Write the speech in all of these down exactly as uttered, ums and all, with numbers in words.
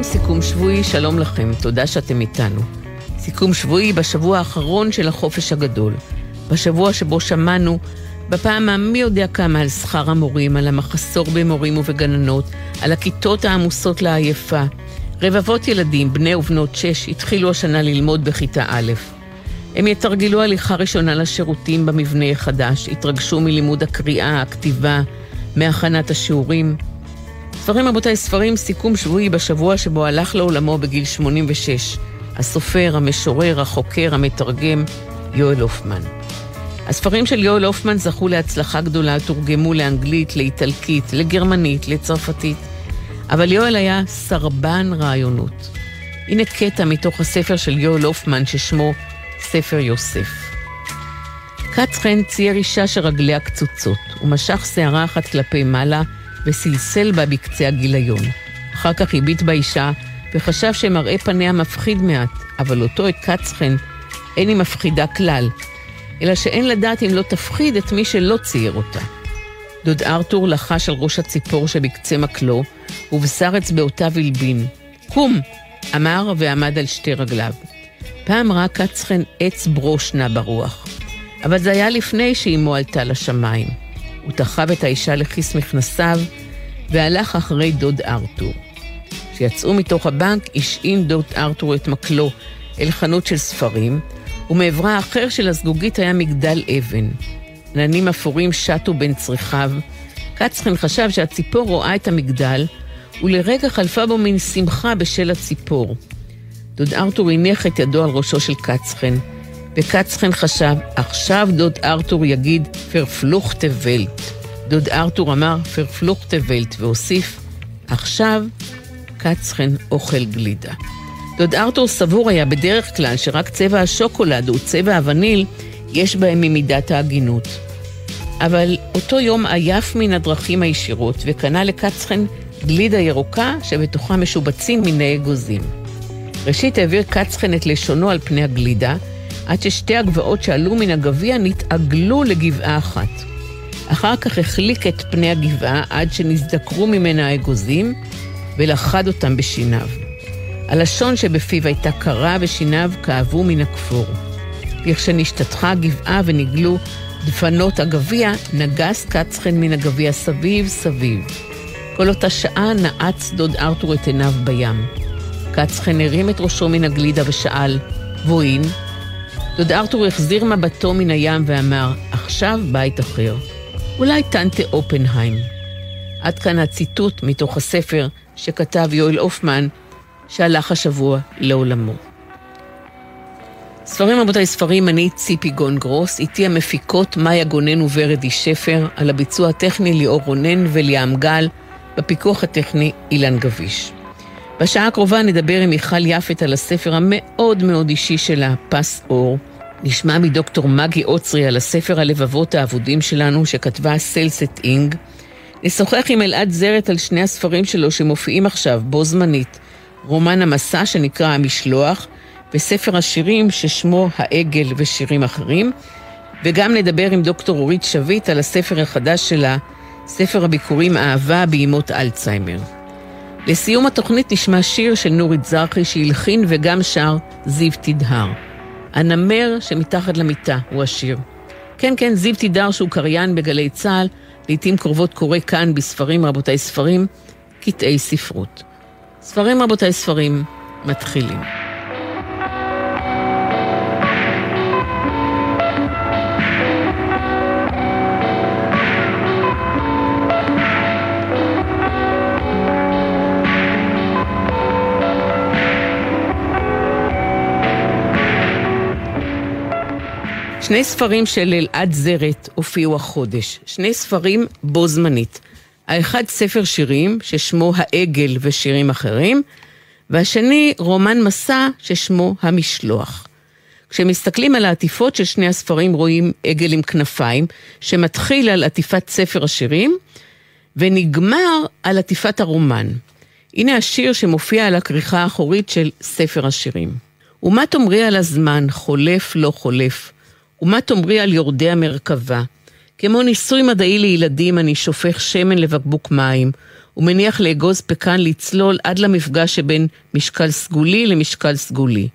סיכום שבועי, שלום לכם, תודה שאתם איתנו. סיכום שבועי בשבוע האחרון של החופש הגדול. בשבוע שבו שמענו בפעם המי יודע כמה על שכר המורים, על המחסור במורים ובגננות, על הכיתות העמוסות לעייפה. רבבות ילדים, בני ובנות שש, התחילו השנה ללמוד בכיתה א'. הם יתרגלו הליכה ראשונה לשירותים במבנה החדש, התרגשו מלימוד הקריאה, הכתיבה, מהכנת השיעורים. ספרים רבותיי, ספרים, סיכום שבועי בשבוע שבו הלך לעולמו בגיל שמונים ושש, הסופר, המשורר, החוקר, המתרגם, יואל הופמן. הספרים של יואל הופמן זכו להצלחה גדולה, תורגמו לאנגלית, לאיטלקית, לגרמנית, לצרפתית, אבל יואל היה סרבן רעיונות. הנה קטע מתוך הספר של יואל הופמן ששמו ספר יוסף. כץ חן צייר אישה שרגליה קצוצות, ומשך שערה אחת כלפי מעלה וסלסל בה בקצה הגיליון. אחר כך הביט באישה וחשב שמראה פניה מפחיד מעט, אבל אותו את כץ חן אין היא מפחידה כלל, אלא שאין לדעת אם לא תפחיד את מי שלא צייר אותה. דוד ארתור לחש על ראש הציפור שבקצה מקלו, ובשר אצבעותיו הלבין. קום! אמר ועמד על שתי רגליו. פעם ראה כץ חן עץ ברוש נע ברוח, אבל זה היה לפני שאימו עלתה לשמיים. הוא תחב את האישה לכיס מכנסיו, והלך אחרי דוד ארתור. כשיצאו מתוך הבנק, השעין דוד ארתור את מקלו אל חנות של ספרים, ומעברה האחר של הזגוגית היה מגדל אבן. עננים אפורים שטו בין צריכיו. כץ חן חשב שהציפור רואה את המגדל, ולרגע חלפה בו מן שמחה בשל הציפור. דוד ארתור הניח את ידו על ראשו של כץ חן, וכץ חן חשב, עכשיו דוד ארתור יגיד פרפלוכטה ולט. דוד ארתור אמר פרפלוכטה ולט, והוסיף, עכשיו כץ חן אוכל גלידה. דוד ארתור סבור היה בדרך כלל שרק צבע השוקולד וצבע הווניל יש בהם ממידת ההגינות. אבל אותו יום עייף מן הדרכים הישירות וקנה לכץ חן גלידה ירוקה שבתוכה משובצים מיני אגוזים. ראשית העביר כץ חן את לשונו על פני הגלידה, עד ששתי הגבעות שעלו מן הגביע נתעגלו לגבעה אחת. אחר כך החליק את פני הגבעה עד שנזדקרו ממנה האגוזים, ולחד אותם בשיניו. הלשון שבפיו הייתה קרה ושיניו כאבו מן הכפור. כשנשתתחה הגבעה ונגלו דפנות הגביע, נגס כץ חן מן הגביע סביב סביב. כל אותה שעה נעץ דוד ארתור את עיניו בים. כץ חן הרים את ראשו מן הגלידה ושאל, בואין? דוד ארתור החזיר מבטו מן הים ואמר, עכשיו בית אחר. אולי טנטה אופנהיים. עד כאן הציטוט מתוך הספר שכתב יואל הופמן, שהלך השבוע לעולמו. ספרים רבותיי, ספרים, אני ציפי גון גרוס, איתי המפיקות מאיה גונן וורדי שפר, על הביצוע הטכני ליאור רונן וליאם גל, בפיקוח הטכני אילן גביש. בשעה הקרובה נדבר עם מיכל יפת על הספר המאוד מאוד אישי שלה, פס אור. נשמע מדוקטור מגי אוצרי על הספר הלבבות האבודים שלנו שכתבה סלסט אינג. נשוחח עם אלעד זרת על שני הספרים שלו שמופיעים עכשיו בו זמנית, רומן המסע שנקרא המשלוח, וספר השירים ששמו העגל ושירים אחרים, וגם נדבר עם דוקטור אורית שביט על הספר החדש שלה, ספר הביקורים אהבה בימות אלצהיימר. לסיום התוכנית נשמע שיר של נורית זרחי שהלחין וגם שר זיו תדהר. הנמר שמתחת למיטה הוא השיר. כן כן, זיו תדהר שהוא קריין בגלי צהל, לעתים קרובות קורא כאן בספרים רבותיי ספרים, קטעי ספרות. ספרים רבותיי ספרים, מתחילים. שני ספרים של אלעד זרת הופיעו החודש, שני ספרים בו זמנית. האחד ספר שירים ששמו העגל ושירים אחרים, והשני רומן מסע ששמו המשלוח. כשמסתכלים על העטיפות של שני הספרים רואים עגל עם כנפיים, שמתחיל על עטיפת ספר השירים, ונגמר על עטיפת הרומן. הנה השיר שמופיע על הכריכה האחורית של ספר השירים. ומה תאמרי על הזמן, חולף לא חולף, ומה תאמרי על יורדי המרכבה, כמו ניסוי מדעי לילדים אני שופך שמן לבקבוק מים, הוא מניח לאגוז פקן לצלול עד למפגש שבין משקל סגולי למשקל סגולי.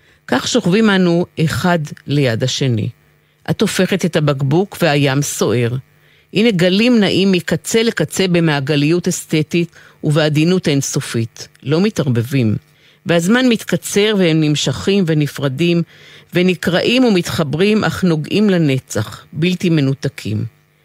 כך שוכבים אנו אחד ליד השני. את הופכת את הבקבוק והים סוער. הנה גלים נעים מקצה לקצה במעגליות אסתטית ובעדינות אינסופית. לא מתערבבים. והזמן מתקצר והם נמשכים ונפרדים ונקראים ומתחברים אך נוגעים לנצח, בלתי מנותקים.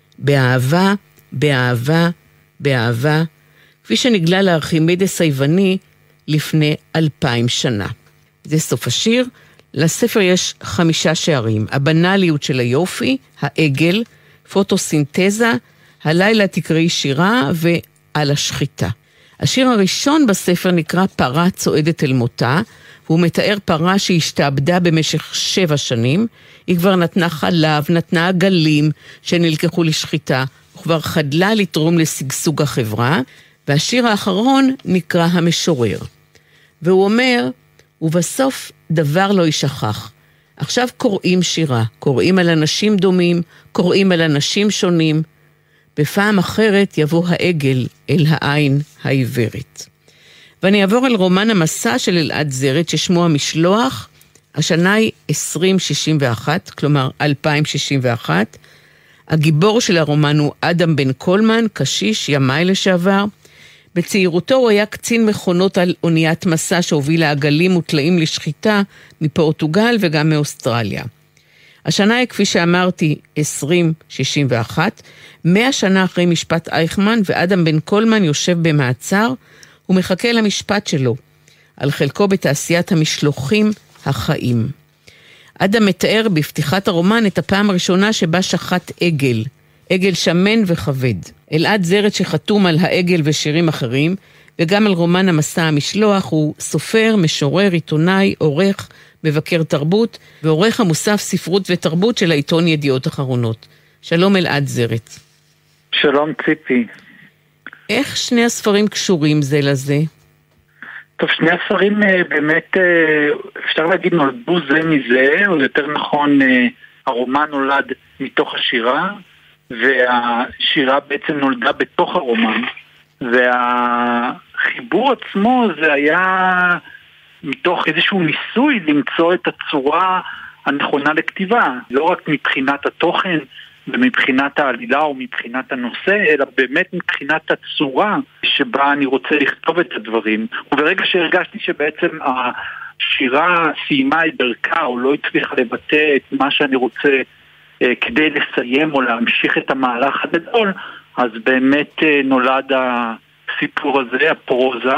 באהבה, באהבה, באהבה, כפי שנגלה לארכימדס היווני לפני אלפיים שנה. זה סוף השיר. לספר יש חמישה שערים. הבנליות של היופי, העגל, פוטוסינתזה, הלילה תקראי שירה ועל השחיטה. השיר הראשון בספר נקרא פרה צועדת אל מותה, והוא מתאר פרה שהשתעבדה במשך שבע שנים. היא כבר נתנה חלב, נתנה עגלים שנלקחו לשחיטה, וכבר חדלה לתרום לסגסוג החברה. והשיר האחרון נקרא המשורר. והוא אומר, ובסוף דבר לא ישכח. עכשיו קוראים שירה, קוראים על אנשים דומים, קוראים על אנשים שונים. בפעם אחרת יבוא העגל אל העין העיוורת. ואני אעבור אל רומן המסע של אלעד זרת, ששמו המשלוח. השנה היא עשרים שישים ואחת, כלומר אלפיים שישים ואחת. הגיבור של הרומן הוא אדם בן קולמן, קשיש, ימאי לשעבר. בצעירותו הוא היה קצין מכונות על אוניית מסע שהובילה עגלים וטלאים לשחיטה מפורטוגל וגם מאוסטרליה. השנה היא, כפי שאמרתי, עשרים שישים ואחת, מאה שנה אחרי משפט אייכמן, ואדם בן קולמן יושב במעצר ומחכה למשפט שלו, על חלקו בתעשיית המשלוחים החיים. אדם מתאר בפתיחת הרומן את הפעם הראשונה שבה שחט עגל, עגל שמן וכבד. אלעד זרת שחתום על העגל ושירים אחרים, וגם על רומן המסע המשלוח, הוא סופר, משורר, עיתונאי, עורך, מבקר תרבות, ועורך המוסף ספרות ותרבות של העיתון ידיעות אחרונות. שלום אלעד זרת. שלום ציפי. איך שני הספרים קשורים זה לזה? טוב, שני הספרים באמת, אפשר להגיד, נולדו זה מזה, או יותר נכון, הרומן נולד מתוך השירה, והשירה בעצם נולדה בתוך הרומן. והחיבור עצמו זה היה מתוך איזשהו ניסוי למצוא את הצורה הנכונה לכתיבה, לא רק מבחינת התוכן ומבחינת העלילה או מבחינת הנושא, אלא באמת מבחינת הצורה שבה אני רוצה לכתוב את הדברים. וברגע שהרגשתי שבעצם השירה סיימה את דרכה או לא הצליחה לבטא את מה שאני רוצה אה, כדי לסיים או להמשיך את המהלך הגדול, אז באמת אה, נולד הסיפור הזה, הפרוזה,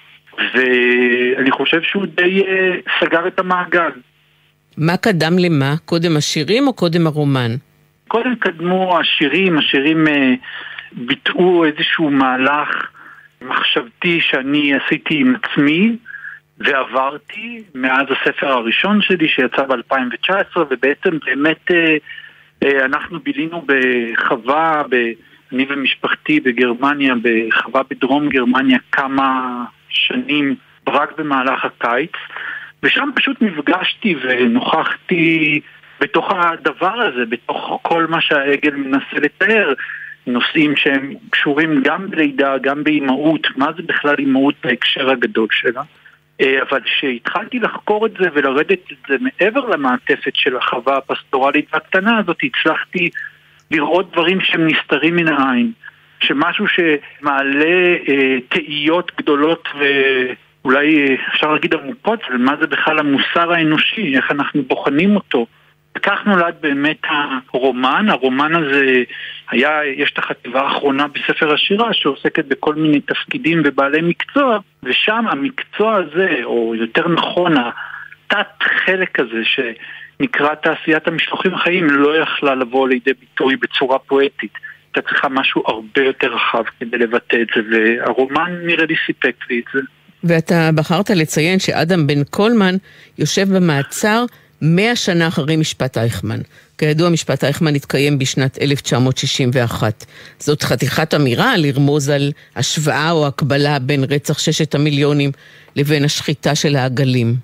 ואני חושב שהוא די אה, סגר את המעגל. מה קדם למה? קודם השירים או קודם הרומן? קודם קדמו השירים, השירים אה, ביטאו איזשהו מהלך מחשבתי שאני עשיתי עם עצמי ועברתי מאז הספר הראשון שלי שיצא ב-אלפיים תשע עשרה, ובעצם באמת אה, אה, אנחנו בילינו בחווה, ב, אני ומשפחתי בגרמניה, בחווה בדרום גרמניה כמה שנים רק במהלך הקיץ, ושם פשוט נפגשתי ונוכחתי בתוך הדבר הזה, בתוך כל מה שהעגל מנסה לתאר, נושאים שהם קשורים גם בלידה, גם באימהות, מה זה בכלל אימהות בהקשר הגדול שלה. אבל כשהתחלתי לחקור את זה ולרדת את זה מעבר למעטפת של החווה הפסטורלית והקטנה הזאת, הצלחתי לראות דברים שהם נסתרים מן העין, שמשהו שמעלה אה, תאיות גדולות ואולי אפשר להגיד עמוקות, ומה זה בכלל המוסר האנושי, איך אנחנו בוחנים אותו. וכך נולד באמת הרומן. הרומן הזה היה, יש את החטיבה האחרונה בספר השירה שעוסקת בכל מיני תפקידים ובעלי מקצוע, ושם המקצוע הזה, או יותר נכון, התת חלק הזה שנקרא תעשיית המשלוחים החיים, לא יכלה לבוא לידי ביטוי בצורה פואטית. אתה צריכה משהו הרבה יותר רחב כדי לבטא את זה, והרומן נראה לי סיפק לי את זה. ואתה בחרת לציין שאדם בן קולמן יושב במעצר מאה שנה אחרי משפט אייכמן. כידוע, משפט אייכמן התקיים בשנת אלף תשע מאות שישים ואחת. זאת חתיכת אמירה לרמוז על השוואה או הקבלה בין רצח ששת המיליונים לבין השחיטה של העגלים.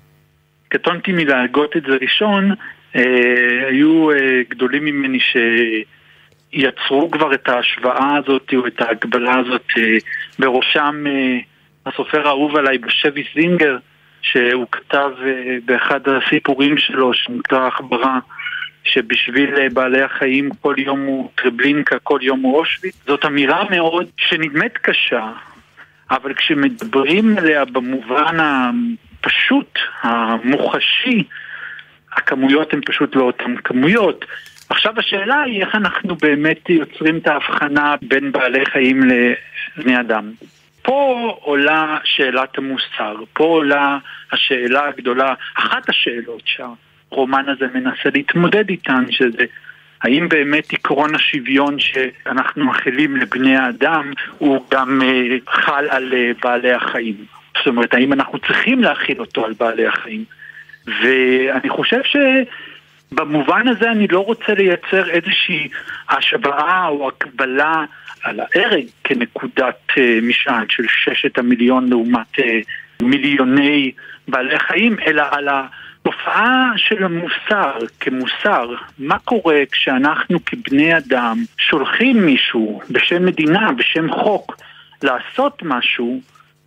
יצרו כבר את ההשוואה הזאת או את ההגבלה הזאת, בראשם הסופר האהוב עליי בשבי זינגר, שהוא כתב באחד הסיפורים שלו שנקרא החברה, שבשביל בעלי החיים כל יום הוא טרבלינקה, כל יום הוא אושוויץ. זאת אמירה מאוד שנדמת קשה, אבל כשמדברים עליה במובן הפשוט, המוחשי, הכמויות הן פשוט לא אותן כמויות. עכשיו השאלה היא איך אנחנו באמת יוצרים את ההבחנה בין בעלי חיים לבני אדם. פה עולה שאלת המוסר, פה עולה השאלה הגדולה, אחת השאלות שהרומן הזה מנסה להתמודד איתן, שזה האם באמת עקרון השוויון שאנחנו מכילים לבני האדם הוא גם uh, חל על uh, בעלי החיים. זאת אומרת, האם אנחנו צריכים להכיל אותו על בעלי החיים. ואני חושב שבמובן הזה אני לא רוצה לייצר איזושהי השוואה או הקבלה על ההרג כנקודת uh, משען של ששת המיליון לעומת uh, מיליוני בעלי חיים, אלא על התופעה של המוסר כמוסר. מה קורה כשאנחנו כבני אדם שולחים מישהו בשם מדינה, בשם חוק, לעשות משהו,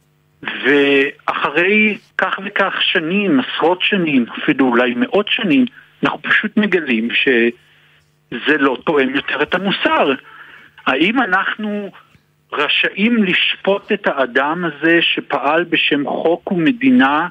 ואחרי כך וכך שנים, עשרות שנים, אפילו אולי מאות שנים, אנחנו פשוט מגלים שזה לא תואם יותר את המוסר. האם אנחנו רשאים לשפוט את האדם הזה שפעל בשם חוק ומדינה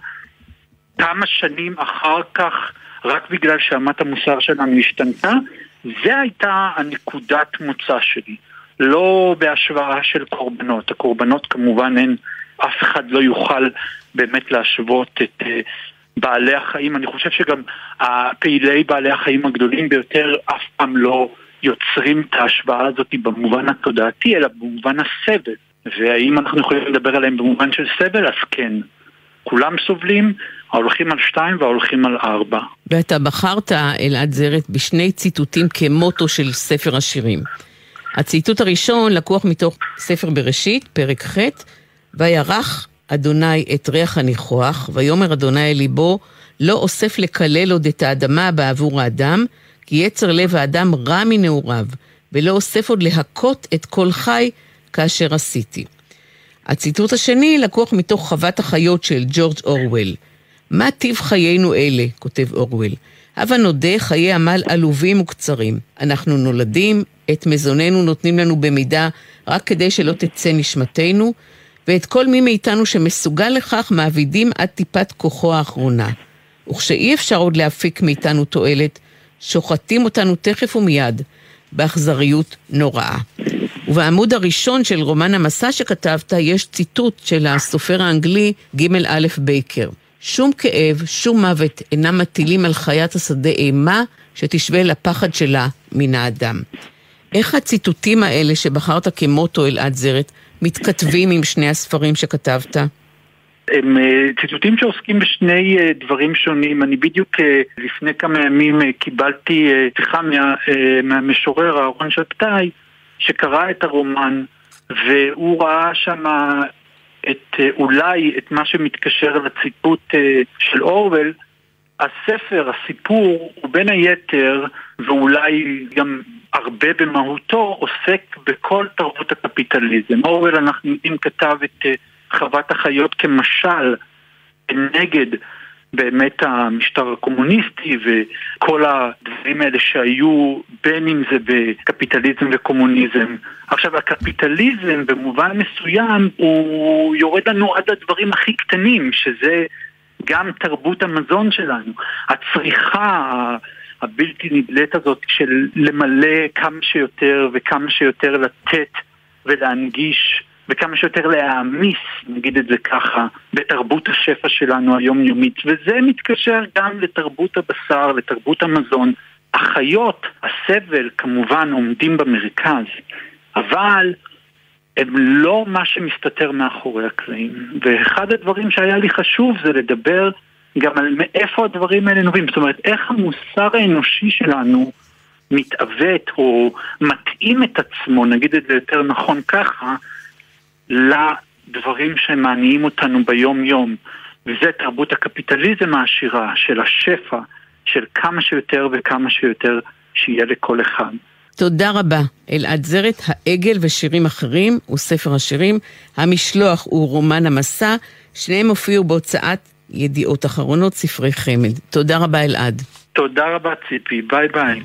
כמה שנים אחר כך רק בגלל שאמת המוסר שלנו השתנתה? זה הייתה הנקודת מוצא שלי, לא בהשוואה של קורבנות. הקורבנות כמובן אין, אף אחד לא יוכל באמת להשוות את uh, בעלי החיים. אני חושב שגם הפעילי בעלי החיים הגדולים ביותר אף פעם לא יוצרים את ההשוואה הזאת במובן התודעתי, אלא במובן הסבל. והאם אנחנו יכולים לדבר עליהם במובן של סבל? אז כן. כולם סובלים, ההולכים על שתיים וההולכים על ארבע. ואתה בחרת, אלעד זרת, בשני ציטוטים כמוטו של ספר השירים. הציטוט הראשון לקוח מתוך ספר בראשית, פרק ח', וירח אדוני את ריח הניחוח, ויאמר אדוני אל ליבו, לא אוסף לקלל עוד את האדמה בעבור האדם, כי יצר לב האדם רע מנעוריו, ולא אוסף עוד להכות את כל חי כאשר עשיתי. הציטוט השני לקוח מתוך חוות החיות של ג'ורג' אורוול. מה טיב חיינו אלה, כותב אורוול. הבה נודה חיי עמל עלובים וקצרים. אנחנו נולדים, את מזוננו נותנים לנו במידה רק כדי שלא תצא נשמתנו, ואת כל מי מאיתנו שמסוגל לכך מעבידים עד טיפת כוחו האחרונה. וכשאי אפשר עוד להפיק מאיתנו תועלת, שוחטים אותנו תכף ומיד, באכזריות נוראה. ובעמוד הראשון של רומן המסע שכתבת, יש ציטוט של הסופר האנגלי ג' א' בייקר. שום כאב, שום מוות אינם מטילים על חיית השדה אימה שתשווה לפחד שלה מן האדם. איך הציטוטים האלה שבחרת כמוטו, אלעד זרת, מתכתבים עם שני הספרים שכתבת? הם ציטוטים שעוסקים בשני דברים שונים. אני בדיוק לפני כמה ימים קיבלתי שיחה מה, מהמשורר אהרון שבתאי, שקרא את הרומן, והוא ראה שם את, אולי את מה שמתקשר לציטוט של אורוול. הספר, הסיפור, הוא בין היתר, ואולי גם הרבה במהותו, עוסק בכל תרבות הקפיטליזם. אורוול, אנחנו יודעים, כתב את חוות החיות כמשל נגד באמת המשטר הקומוניסטי וכל הדברים האלה שהיו בין אם זה בקפיטליזם וקומוניזם. עכשיו, הקפיטליזם במובן מסוים הוא יורד לנו עד הדברים הכי קטנים, שזה גם תרבות המזון שלנו, הצריכה הבלתי נדלת הזאת של למלא כמה שיותר וכמה שיותר לתת ולהנגיש וכמה שיותר להעמיס, נגיד את זה ככה, בתרבות השפע שלנו היומיומית, וזה מתקשר גם לתרבות הבשר, לתרבות המזון. החיות, הסבל, כמובן עומדים במרכז, אבל הם לא מה שמסתתר מאחורי הקלעים. ואחד הדברים שהיה לי חשוב זה לדבר גם על מאיפה הדברים האלה נובעים. זאת אומרת, איך המוסר האנושי שלנו מתעוות או מתאים את עצמו, נגיד את זה יותר נכון ככה, לדברים שמעניינים אותנו ביום יום. וזה תרבות הקפיטליזם העשירה של השפע, של כמה שיותר וכמה שיותר שיהיה לכל אחד. תודה רבה. אלעד זרת, העגל ושירים אחרים, הוא ספר השירים. המשלוח הוא רומן המסע, שניהם הופיעו בהוצאת ידיעות אחרונות, ספרי חמד. תודה רבה אלעד. תודה רבה ציפי, ביי ביי.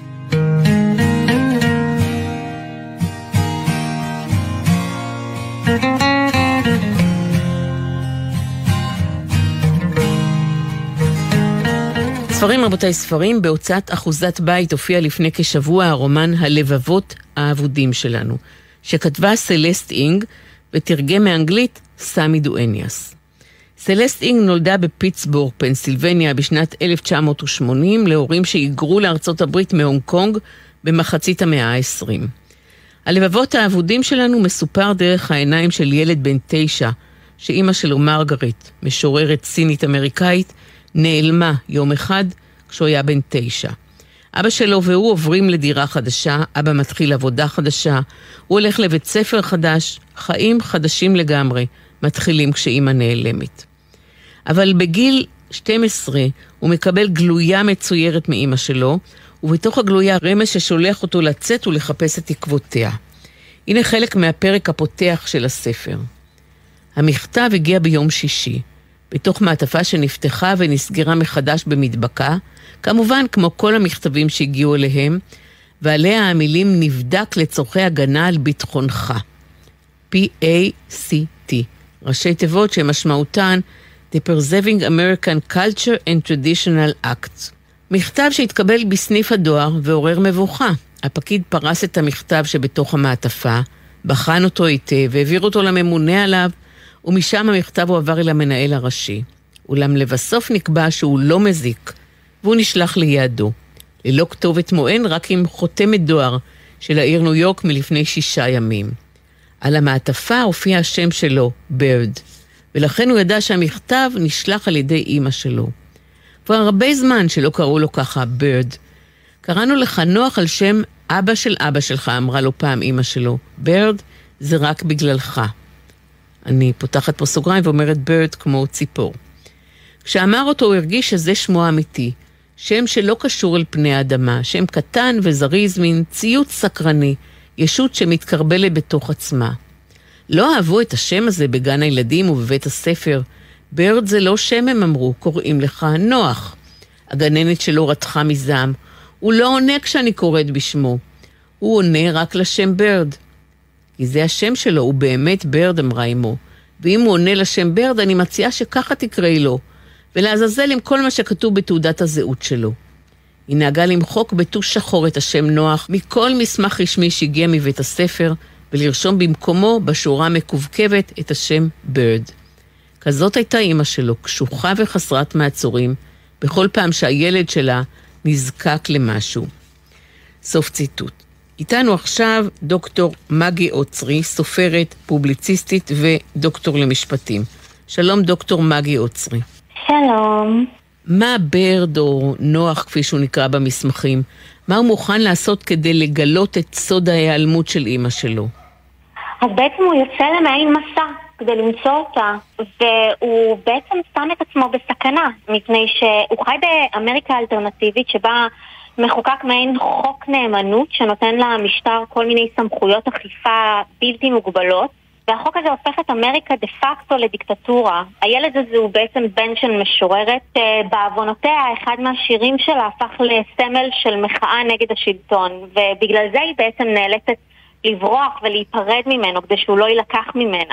ספרים רבותיי ספרים, בהוצאת אחוזת בית הופיע לפני כשבוע הרומן הלבבות האבודים שלנו, שכתבה סלסט אינג ותרגם מאנגלית סמי דואניאס. סלסט אינג נולדה בפיטסבורג, פנסילבניה בשנת אלף תשע מאות ושמונים להורים שהיגרו לארצות הברית מהונג קונג במחצית המאה ה-עשרים. הלבבות האבודים שלנו מסופר דרך העיניים של ילד בן תשע, שאימא שלו מרגרט, משוררת סינית אמריקאית, נעלמה יום אחד כשהוא היה בן תשע. אבא שלו והוא עוברים לדירה חדשה, אבא מתחיל עבודה חדשה, הוא הולך לבית ספר חדש, חיים חדשים לגמרי, מתחילים כשאימא נעלמת. אבל בגיל שתים עשרה הוא מקבל גלויה מצוירת מאימא שלו, ובתוך הגלויה רמז ששולח אותו לצאת ולחפש את עקבותיה. הנה חלק מהפרק הפותח של הספר. המכתב הגיע ביום שישי, בתוך מעטפה שנפתחה ונסגרה מחדש במדבקה, כמובן כמו כל המכתבים שהגיעו אליהם, ועליה המילים נבדק לצורכי הגנה על ביטחונך. פי איי סי טי, ראשי תיבות שמשמעותן The Preserving American Culture and Traditional Acts. מכתב שהתקבל בסניף הדואר ועורר מבוכה. הפקיד פרס את המכתב שבתוך המעטפה, בחן אותו היטב והעביר אותו לממונה עליו, ומשם המכתב הועבר אל המנהל הראשי. אולם לבסוף נקבע שהוא לא מזיק, והוא נשלח ליעדו. ללא כתובת מוען, רק עם חותמת דואר של העיר ניו יורק מלפני שישה ימים. על המעטפה הופיע השם שלו, בירד, ולכן הוא ידע שהמכתב נשלח על ידי אמא שלו. כבר הרבה זמן שלא קראו לו ככה בירד. קראנו לך נוח על שם אבא של אבא שלך, אמרה לו פעם אמא שלו. בירד זה רק בגללך. אני פותחת פה סוגריים ואומרת בירד כמו ציפור. כשאמר אותו הוא הרגיש שזה שמו האמיתי, שם שלא קשור אל פני האדמה, שם קטן וזריז, מין ציוץ סקרני, ישות שמתקרבלת בתוך עצמה. לא אהבו את השם הזה בגן הילדים ובבית הספר. בירד זה לא שם, הם אמרו, קוראים לך נוח. הגננת שלו רתחה מזעם. הוא לא עונה כשאני קוראת בשמו. הוא עונה רק לשם בירד. כי זה השם שלו, הוא באמת בירד, אמרה אמו. ואם הוא עונה לשם בירד, אני מציעה שככה תקראי לו. ולעזאזל עם כל מה שכתוב בתעודת הזהות שלו. היא נהגה למחוק בטוש שחור את השם נוח מכל מסמך רשמי שהגיע מבית הספר, ולרשום במקומו בשורה מקובקבת את השם בירד. כזאת הייתה אמא שלו, קשוחה וחסרת מעצורים, בכל פעם שהילד שלה נזקק למשהו. סוף ציטוט. איתנו עכשיו דוקטור מגי אוצרי, סופרת, פובליציסטית ודוקטור למשפטים. שלום דוקטור מגי אוצרי. שלום. מה בירד או נוח כפי שהוא נקרא במסמכים? מה הוא מוכן לעשות כדי לגלות את סוד ההיעלמות של אמא שלו? אז בעצם הוא יוצא למעין מסע כדי למצוא אותה, והוא בעצם שם את עצמו בסכנה, מפני שהוא חי באמריקה האלטרנטיבית שבה מחוקק מעין חוק נאמנות שנותן למשטר כל מיני סמכויות אכיפה בלתי מוגבלות, והחוק הזה הופך את אמריקה דה פקטו לדיקטטורה. הילד הזה הוא בעצם בן של משוררת, בעוונותיה אחד מהשירים שלה הפך לסמל של מחאה נגד השלטון, ובגלל זה היא בעצם נאלצת לברוח ולהיפרד ממנו כדי שהוא לא ילקח ממנה.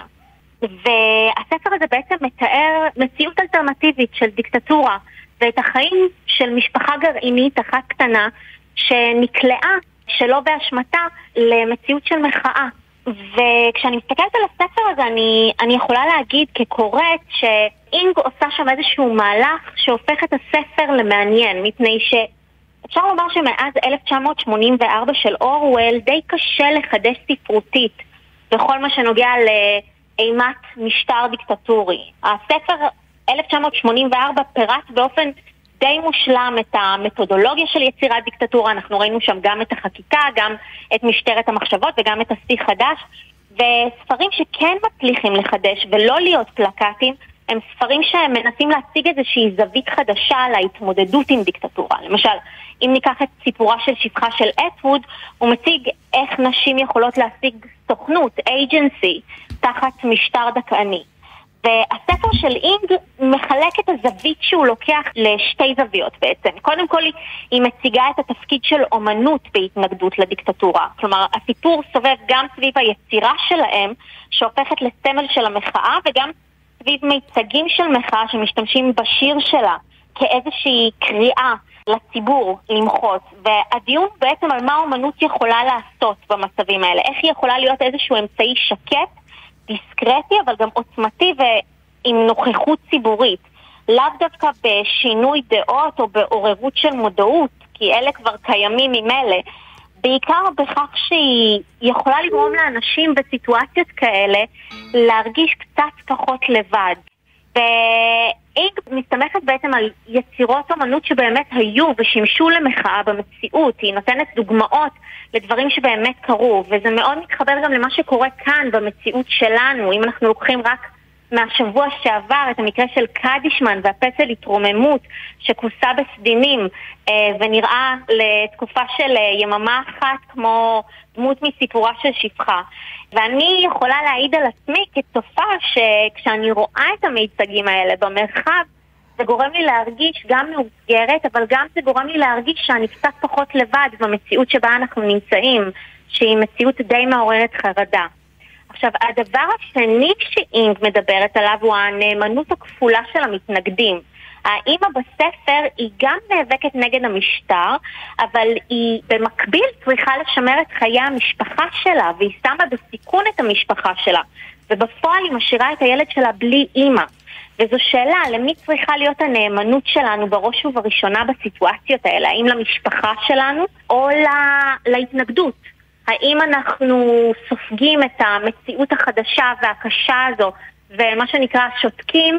והספר הזה בעצם מתאר מציאות אלטרנטיבית של דיקטטורה, ואת החיים של משפחה גרעינית אחת קטנה שנקלעה שלא באשמתה למציאות של מחאה. וכשאני מסתכלת על הספר הזה אני, אני יכולה להגיד כקוראת שאינג עושה שם איזשהו מהלך שהופך את הספר למעניין, מפני שאפשר לומר שמאז אלף תשע מאות שמונים וארבע של אורוול די קשה לחדש ספרותית בכל מה שנוגע לאימת משטר דיקטטורי. הספר אלף תשע מאות שמונים וארבע פירט באופן די מושלם את המתודולוגיה של יצירת דיקטטורה. אנחנו ראינו שם גם את החקיקה, גם את משטרת המחשבות וגם את השיח חדש, וספרים שכן מצליחים לחדש ולא להיות פלקטים הם ספרים שמנסים להציג איזושהי זווית חדשה להתמודדות עם דיקטטורה. למשל, אם ניקח את סיפורה של שפחה של אטווד, הוא מציג איך נשים יכולות להשיג סוכנות, agency, תחת משטר דכאני. והספר של אינג מחלק את הזווית שהוא לוקח לשתי זוויות בעצם. קודם כל היא מציגה את התפקיד של אומנות בהתנגדות לדיקטטורה. כלומר, הסיפור סובב גם סביב היצירה שלהם, שהופכת לסמל של המחאה, וגם סביב מיצגים של מחאה שמשתמשים בשיר שלה, כאיזושהי קריאה לציבור למחות. והדיון בעצם על מה אומנות יכולה לעשות במצבים האלה. איך היא יכולה להיות איזשהו אמצעי שקט, דיסקרטי, אבל גם עוצמתי ועם נוכחות ציבורית. לאו דווקא בשינוי דעות או בעוררות של מודעות, כי אלה כבר קיימים ממילא. בעיקר בכך שהיא יכולה לגרום לאנשים בסיטואציות כאלה להרגיש קצת פחות לבד. ואינג מסתמכת בעצם על יצירות אומנות שבאמת היו ושימשו למחאה במציאות. היא נותנת דוגמאות לדברים שבאמת קרו, וזה מאוד מתחבר גם למה שקורה כאן במציאות שלנו. אם אנחנו לוקחים רק מהשבוע שעבר את המקרה של קדישמן והפצל התרוממות שכוסה בסדינים ונראה לתקופה של יממה אחת כמו דמות מסיפורה של שפחה. ואני יכולה להעיד על עצמי כתופעה שכשאני רואה את המיצגים האלה במרחב, זה גורם לי להרגיש גם מאותגרת, אבל גם זה גורם לי להרגיש שאני קצת פחות לבד במציאות שבה אנחנו נמצאים, שהיא מציאות די מעוררת חרדה. עכשיו, הדבר השני שאינג מדברת עליו הוא הנאמנות הכפולה של המתנגדים. האמא בספר היא גם נאבקת נגד המשטר, אבל היא במקביל צריכה לשמר את חיי המשפחה שלה, והיא שמה בסיכון את המשפחה שלה, ובפועל היא משאירה את הילד שלה בלי אמא. וזו שאלה, למי צריכה להיות הנאמנות שלנו בראש ובראשונה בסיטואציות האלה? האם למשפחה שלנו או לה... להתנגדות? האם אנחנו סופגים את המציאות החדשה והקשה הזו ומה שנקרא שותקים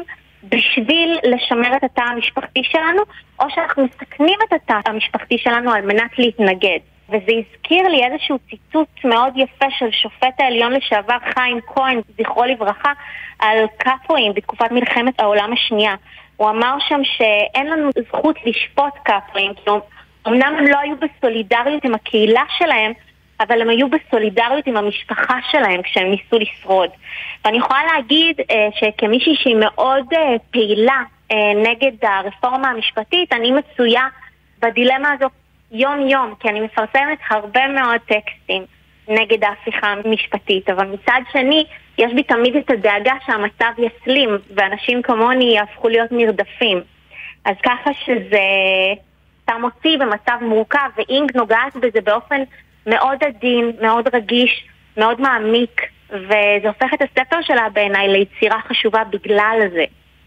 בשביל לשמר את התא המשפחתי שלנו, או שאנחנו מסכנים את התא המשפחתי שלנו על מנת להתנגד? וזה הזכיר לי איזשהו ציטוט מאוד יפה של שופט העליון לשעבר חיים כהן, זכרו לברכה, על קפואים בתקופת מלחמת העולם השנייה. הוא אמר שם שאין לנו זכות לשפוט קפואים, כי אמנם הם לא היו בסולידריות עם הקהילה שלהם, אבל הם היו בסולידריות עם המשפחה שלהם כשהם ניסו לשרוד. ואני יכולה להגיד אה, שכמישהי שהיא מאוד אה, פעילה אה, נגד הרפורמה המשפטית, אני מצויה בדילמה הזו יום יום, כי אני מפרסמת הרבה מאוד טקסטים נגד ההפיכה המשפטית, אבל מצד שני יש בי תמיד את הדאגה שהמצב יסלים ואנשים כמוני יהפכו להיות נרדפים. אז ככה שזה שם אותי במצב מורכב, ואינג נוגעת בזה באופן מאוד עדין, מאוד רגיש, מאוד מעמיק, וזה הופך את הספר שלה בעיניי ליצירה חשובה בגלל זה.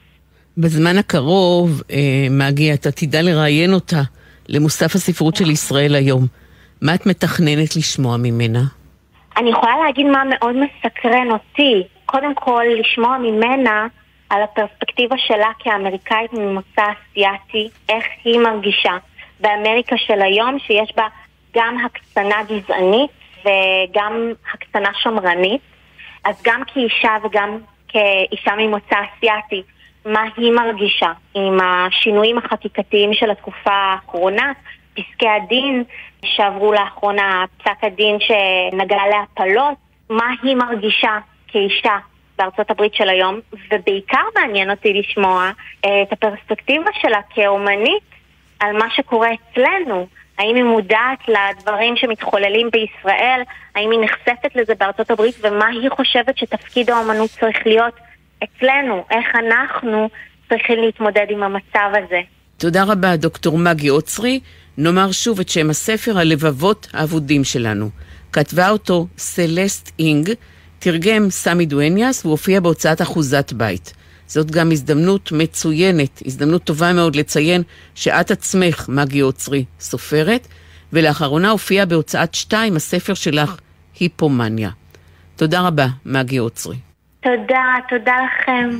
בזמן הקרוב, מגי, אתה תדע לראיין אותה למוסף הספרות של ישראל היום. מה את מתכננת לשמוע ממנה? אני יכולה להגיד מה מאוד מסקרן אותי. קודם כל, לשמוע ממנה על הפרספקטיבה שלה כאמריקאית ממוצא אסייתי, איך היא מרגישה באמריקה של היום, שיש בה גם הקצנה גזענית וגם הקצנה שמרנית. אז גם כאישה וגם כאישה ממוצא אסייתי, מה היא מרגישה עם השינויים החקיקתיים של התקופה האחרונה, פסקי הדין שעברו לאחרונה, פסק הדין שנגע להפלות, מה היא מרגישה כאישה בארצות הברית של היום, ובעיקר מעניין אותי לשמוע את הפרספקטיבה שלה כאומנית על מה שקורה אצלנו. האם היא מודעת לדברים שמתחוללים בישראל, האם היא נחשפת לזה בארצות הברית, ומה היא חושבת שתפקיד האומנות צריך להיות אצלנו, איך אנחנו צריכים להתמודד עם המצב הזה. תודה רבה, דוקטור מגי אוצרי. נאמר שוב את שם הספר, הלבבות האבודים שלנו. כתבה אותו סלסט אינג, תרגם סמי דואניאס, והוא הופיע בהוצאת אחוזת בית. זאת גם הזדמנות מצוינת, הזדמנות טובה מאוד לציין שאת עצמך, מגי אוצרי, סופרת, ולאחרונה הופיע בהוצאת שתיים הספר שלך, היפומניה. תודה רבה, מגי אוצרי. תודה, תודה לכם.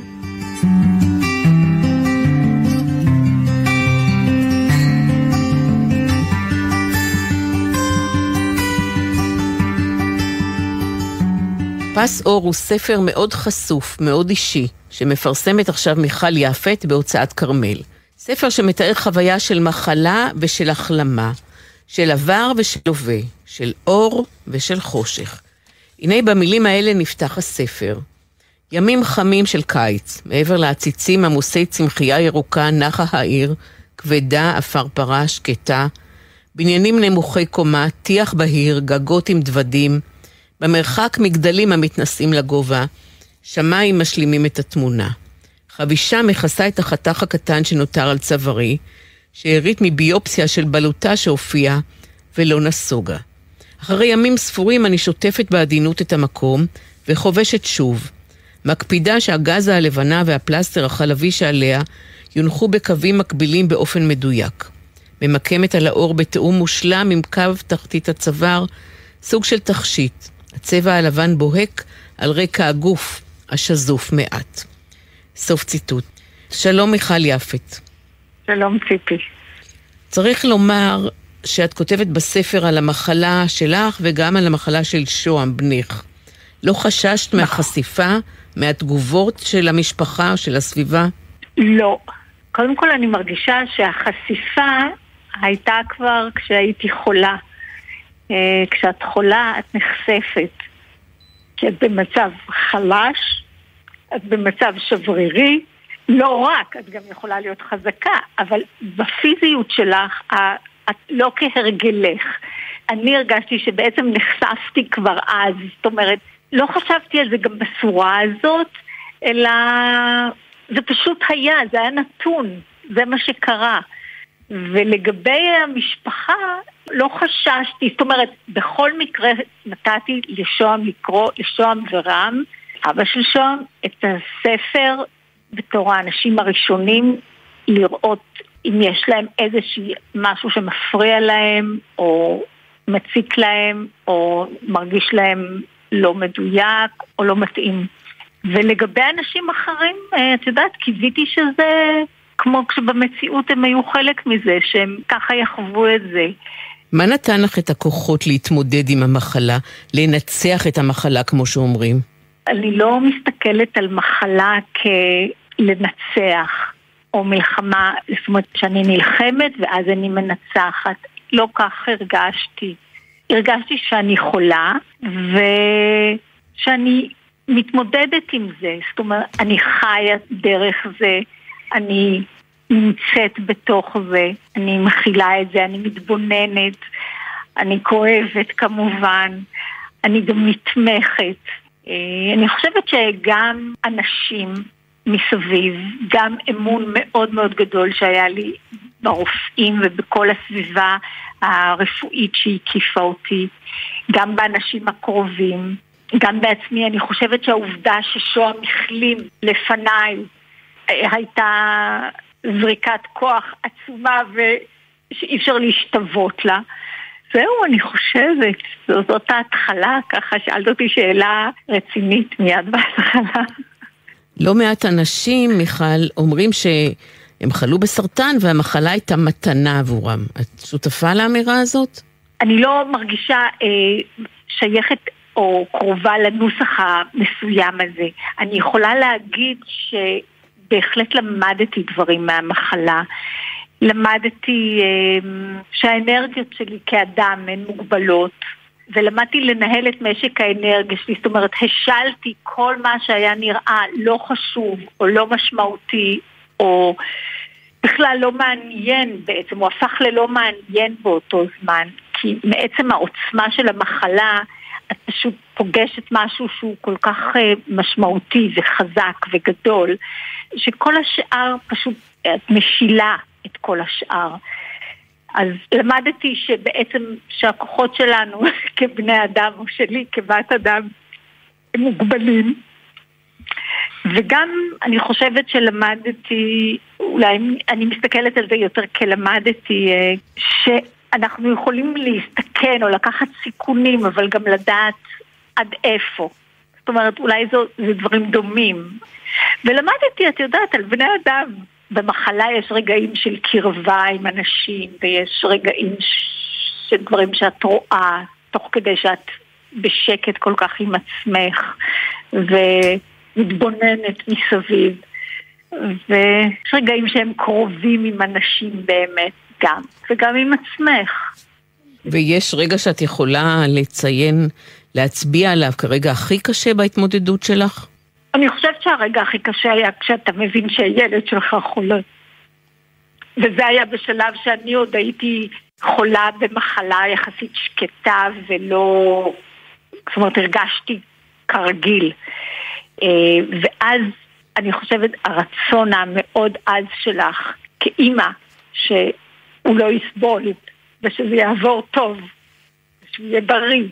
פס אור הוא ספר מאוד חשוף, מאוד אישי, שמפרסמת עכשיו מיכל יפת בהוצאת קרמל. ספר שמתאר חוויה של מחלה ושל החלמה, של עבר ושל הווה, של אור ושל חושך. הנה במילים האלה נפתח הספר. ימים חמים של קיץ, מעבר לעציצים עמוסי צמחייה ירוקה נחה העיר, כבדה, אפר פרה, שקטה, בניינים נמוכי קומה, טיח בהיר, גגות עם דוודים, במרחק מגדלים המתנסים לגובה, שמיים משלימים את התמונה. חבישה מכסה את החתך הקטן שנותר על צווארי, שהריט מביופסיה של בלוטה שהופיעה ולא נסוגה. אחרי ימים ספורים אני שוטפת בעדינות את המקום וחובשת שוב. מקפידה שהגזה הלבנה והפלסטר החלבי שעליה יונחו בקווים מקבילים באופן מדויק. ממקמת על האור בתאום מושלם עם קו תחתית הצוואר, סוג של תכשיט. הצבע הלבן בוהק על רקע הגוף השזוף מעט. סוף ציטוט. שלום מיכל יפת. שלום ציפי. צריך לומר שאת כותבת בספר על המחלה שלך וגם על המחלה של שוהם בנך. לא חששת מהחשיפה, מהתגובות של המשפחה או של הסביבה? לא. קודם כל אני מרגישה שהחשיפה הייתה כבר כשהייתי חולה. כשאת חולה את נחשפת. כי את במצב חלש, את במצב שברירי, לא רק, את גם יכולה להיות חזקה, אבל בפיזיות שלך, את לא כהרגלך. אני הרגשתי שבעצם נחשפתי כבר אז, זאת אומרת, לא חשבתי על זה גם בצורה הזאת, אלא זה פשוט היה, זה היה נתון, זה מה שקרה. ולגבי המשפחה, לא חששתי, זאת אומרת, בכל מקרה נתתי לשוהם לקרוא, לשוהם ורם, אבא של שוהם, את הספר בתור האנשים הראשונים, לראות אם יש להם איזושהי משהו שמפריע להם, או מציק להם, או מרגיש להם לא מדויק, או לא מתאים. ולגבי אנשים אחרים, את יודעת, קיוויתי שזה כמו כשבמציאות הם היו חלק מזה, שהם ככה יחוו את זה. מה נתן לך את הכוחות להתמודד עם המחלה, לנצח את המחלה כמו שאומרים? אני לא מסתכלת על מחלה כלנצח, או מלחמה, זאת אומרת שאני נלחמת ואז אני מנצחת. לא כך הרגשתי. הרגשתי שאני חולה, ושאני מתמודדת עם זה. זאת אומרת, אני חיה דרך זה, אני נמצאת בתוך זה, אני מכילה את זה, אני מתבוננת, אני כואבת כמובן, אני גם מתמכת. אני חושבת שגם אנשים מסביב, גם אמון מאוד מאוד גדול שהיה לי ברופאים ובכל הסביבה הרפואית שהקיפה אותי, גם באנשים הקרובים, גם בעצמי. אני חושבת שהעובדה ששוהם החלים לפניי הייתה זריקת כוח עצומה ושאי אפשר להשתוות לה. זהו, אני חושבת, זאת ההתחלה, ככה שאלת אותי שאלה רצינית מיד בהתחלה. לא מעט אנשים, מיכל, אומרים שהם חלו בסרטן והמחלה הייתה מתנה עבורם. את שותפה לאמירה הזאת? אני לא מרגישה אה, שייכת או קרובה לנוסח המסוים הזה. אני יכולה להגיד שבהחלט למדתי דברים מהמחלה. למדתי אה, שהאנרגיות שלי כאדם הן מוגבלות, ולמדתי לנהל את משק האנרגיה שלי. זאת אומרת, השלתי כל מה שהיה נראה לא חשוב או לא משמעותי או בכלל לא מעניין בעצם, הוא הפך ללא מעניין באותו זמן, כי מעצם העוצמה של המחלה את פשוט פוגשת משהו שהוא כל כך משמעותי וחזק וגדול, שכל השאר פשוט את משילה את כל השאר. אז למדתי שבעצם שהכוחות שלנו כבני אדם או שלי כבת אדם הם מוגבלים. וגם אני חושבת שלמדתי, אולי אני מסתכלת על זה יותר כלמדתי, שאנחנו יכולים להסתכן או לקחת סיכונים, אבל גם לדעת עד איפה. זאת אומרת, אולי זו, זה דברים דומים. ולמדתי, את יודעת, על בני אדם. במחלה יש רגעים של קרבה עם אנשים, ויש רגעים של דברים שאת רואה, תוך כדי שאת בשקט כל כך עם עצמך, ומתבוננת מסביב. ויש רגעים שהם קרובים עם אנשים באמת גם, וגם עם עצמך. ויש רגע שאת יכולה לציין, להצביע עליו כרגע הכי קשה בהתמודדות שלך? אני חושבת שהרגע הכי קשה היה כשאתה מבין שהילד שלך חולה. וזה היה בשלב שאני עוד הייתי חולה במחלה יחסית שקטה ולא, זאת אומרת, הרגשתי כרגיל. ואז אני חושבת הרצון המאוד עז שלך כאימא שהוא לא יסבול ושזה יעבור טוב, שהוא יהיה בריא,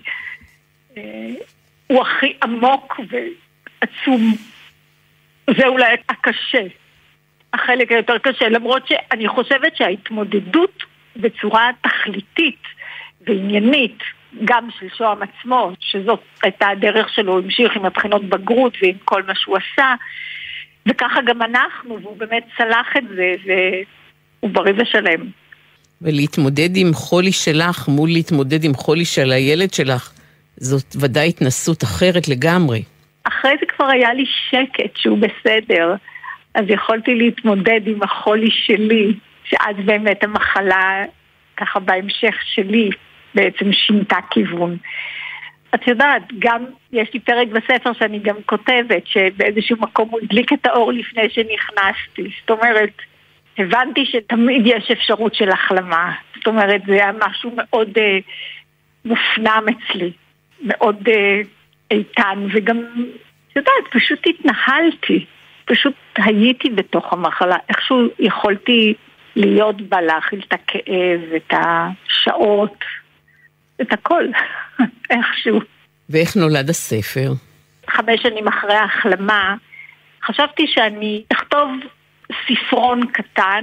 הוא הכי עמוק ועצום. זה אולי הקשה, החלק היותר קשה, למרות שאני חושבת שההתמודדות בצורה תכליתית ועניינית, גם של שוהם עצמו, שזאת הייתה הדרך שלו, הוא המשיך עם הבחינות בגרות ועם כל מה שהוא עשה, וככה גם אנחנו, והוא באמת צלח את זה, והוא בריא ושלם. ולהתמודד עם חולי שלך מול להתמודד עם חולי של הילד שלך, זאת ודאי התנסות אחרת לגמרי. אחרי זה כבר היה לי שקט שהוא בסדר, אז יכולתי להתמודד עם החולי שלי, שאז באמת המחלה, ככה בהמשך שלי, בעצם שינתה כיוון. את יודעת, גם יש לי פרק בספר שאני גם כותבת, שבאיזשהו מקום הוא הדליק את האור לפני שנכנסתי. זאת אומרת, הבנתי שתמיד יש אפשרות של החלמה. זאת אומרת, זה היה משהו מאוד uh, מופנם אצלי, מאוד uh, איתן, וגם, את יודעת, פשוט התנהלתי, פשוט הייתי בתוך המחלה. איכשהו יכולתי להיות בה, להכיל את הכאב, את השעות, את הכל, איכשהו. ואיך נולד הספר? חמש שנים אחרי ההחלמה, חשבתי שאני אכתוב ספרון קטן,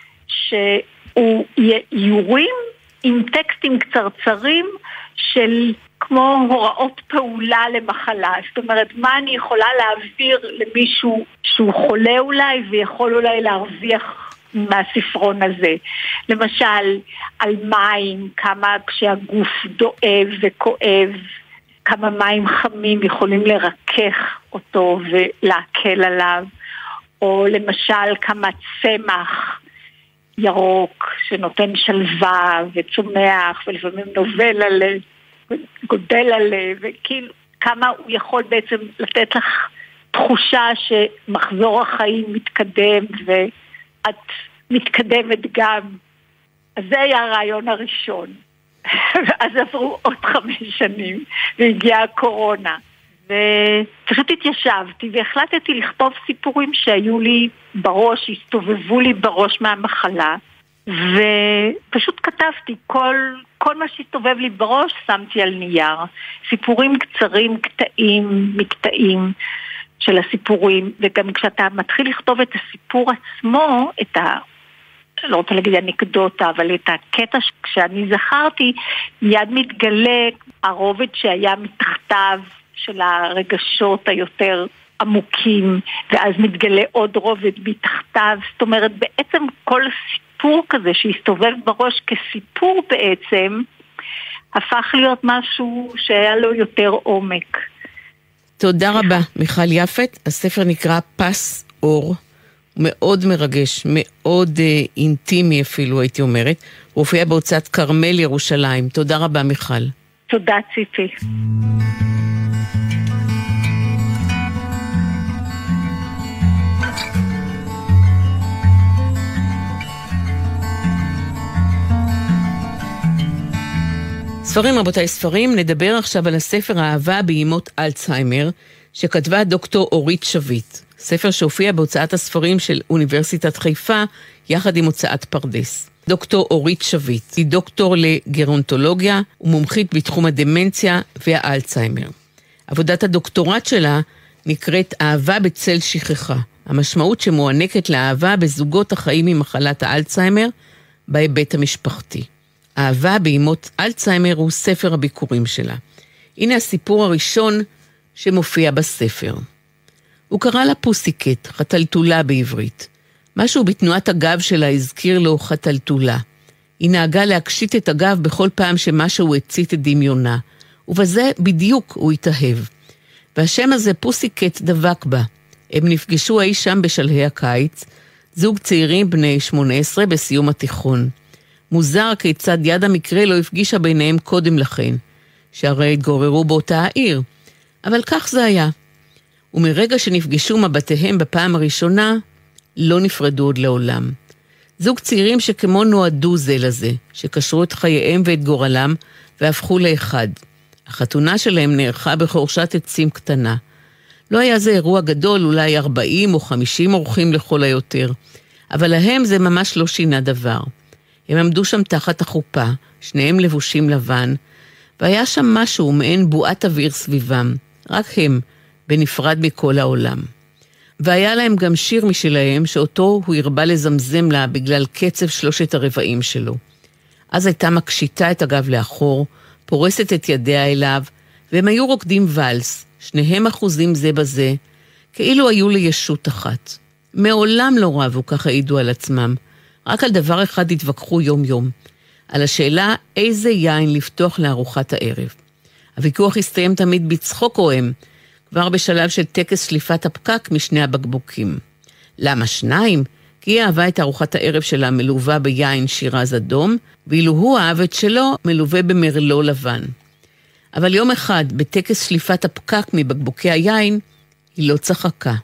שהוא יהיה איורים עם טקסטים קצרצרים של כמו הוראות פעולה למחלה. זאת אומרת, מה אני יכולה להעביר למישהו שהוא חולה אולי, ויכול אולי להרוויח מהספרון הזה. למשל, על מים, כמה כשהגוף דואב וכואב, כמה מים חמים יכולים לרכך אותו ולהקל עליו, או למשל כמה צמח ירוק שנותן שלווה וצומח ולפעמים נובל עליו, גודל עליו, וכאילו כמה הוא יכול בעצם לתת לך תחושה שמחזור החיים מתקדם ואת מתקדמת גם. אז זה היה הרעיון הראשון. ואז עברו עוד חמש שנים והגיעה הקורונה. ופשוט התיישבתי והחלטתי לכתוב סיפורים שהיו לי בראש, הסתובבו לי בראש מהמחלה, ופשוט כתבתי כל, כל מה שהסתובב לי בראש, שמתי על נייר. סיפורים קצרים, קטעים, מקטעים של הסיפורים, וגם כשאתה מתחיל לכתוב את הסיפור עצמו, את ה... לא רוצה להגיד אנקדוטה, אבל את הקטע כשאני זכרתי, מיד מתגלה הרובד שהיה מתחתיו של הרגשות היותר עמוקים, ואז מתגלה עוד רובד מתחתיו. זאת אומרת, בעצם כל סיפור כזה שהסתובב בראש כסיפור בעצם, הפך להיות משהו שהיה לו יותר עומק. תודה רבה, מיכל יפת. הספר נקרא פס אור. מאוד מרגש, מאוד אה, אינטימי אפילו, הייתי אומרת. הוא הופיע בהוצאת כרמל ירושלים. תודה רבה, מיכל. תודה, ציפי. ספרים, רבותיי, ספרים. נדבר עכשיו על הספר האהבה באימות אלצהיימר, שכתבה דוקטור אורית שביט. ספר שהופיע בהוצאת הספרים של אוניברסיטת חיפה, יחד עם הוצאת פרדס. דוקטור אורית שביט היא דוקטור לגרונטולוגיה ומומחית בתחום הדמנציה והאלצהיימר. עבודת הדוקטורט שלה נקראת אהבה בצל שכחה, המשמעות שמוענקת לאהבה בזוגות החיים עם מחלת האלצהיימר בהיבט המשפחתי. אהבה באימות אלצהיימר הוא ספר הביקורים שלה. הנה הסיפור הראשון שמופיע בספר. הוא קרא לה פוסיקט, חתלתולה בעברית. משהו בתנועת הגב שלה הזכיר לו חתלתולה. היא נהגה להקשיט את הגב בכל פעם שמשהו הצית את דמיונה, ובזה בדיוק הוא התאהב. והשם הזה פוסיקט דבק בה. הם נפגשו אי שם בשלהי הקיץ, זוג צעירים בני שמונה עשרה בסיום התיכון. מוזר כיצד יד המקרה לא הפגישה ביניהם קודם לכן, שהרי התגוררו באותה העיר. אבל כך זה היה. ומרגע שנפגשו מבטיהם בפעם הראשונה, לא נפרדו עוד לעולם. זוג צעירים שכמו נועדו זה לזה, שקשרו את חייהם ואת גורלם והפכו לאחד. החתונה שלהם נערכה בחורשת עצים קטנה. לא היה זה אירוע גדול, אולי ארבעים או חמישים אורחים לכל היותר, אבל להם זה ממש לא שינה דבר. הם עמדו שם תחת החופה, שניהם לבושים לבן, והיה שם משהו מעין בועת אוויר סביבם, רק הם, בנפרד מכל העולם. והיה להם גם שיר משלהם, שאותו הוא הרבה לזמזם לה בגלל קצב שלושת הרבעים שלו. אז הייתה מקשיטה את הגב לאחור, פורסת את ידיה אליו, והם היו רוקדים ולס, שניהם אחוזים זה בזה, כאילו היו לישות אחת. מעולם לא רבו, כך העידו על עצמם. רק על דבר אחד התווכחו יום יום, על השאלה איזה יין לפתוח לארוחת הערב. הוויכוח הסתיים תמיד בצחוק רועם, כבר בשלב של טקס שליפת הפקק משני הבקבוקים. למה שניים? כי היא אהבה את ארוחת הערב שלה מלווה ביין שירז אדום, ואילו הוא אהב את שלו מלווה במרלו לבן. אבל יום אחד, בטקס שליפת הפקק מבקבוקי היין, היא לא צחקה.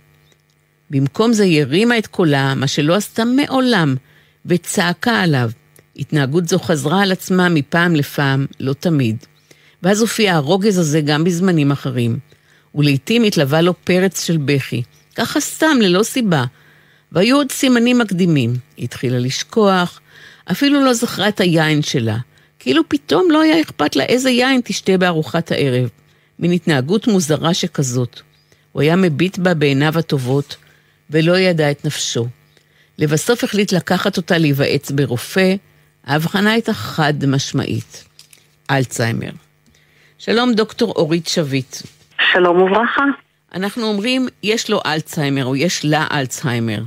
במקום זה היא הרימה את קולה, מה שלא עשתה מעולם, וצעקה עליו. התנהגות זו חזרה על עצמה מפעם לפעם, לא תמיד. ואז הופיע הרוגז הזה גם בזמנים אחרים. ולעיתים התלווה לו פרץ של בכי, ככה סתם ללא סיבה. והיו עוד סימנים מקדימים. היא התחילה לשכוח, אפילו לא זכרה את היין שלה. כאילו פתאום לא היה אכפת לה איזה יין תשתה בארוחת הערב. מן התנהגות מוזרה שכזאת. הוא היה מביט בה בעיניו הטובות, ולא ידע את נפשו. לבסוף החליט לקחת אותה להיוועץ ברופא, ההבחנה הייתה חד משמעית. אלצהיימר. שלום דוקטור אורית שביט. שלום וברכה. אנחנו אומרים יש לו אלצהיימר או יש לה אלצהיימר,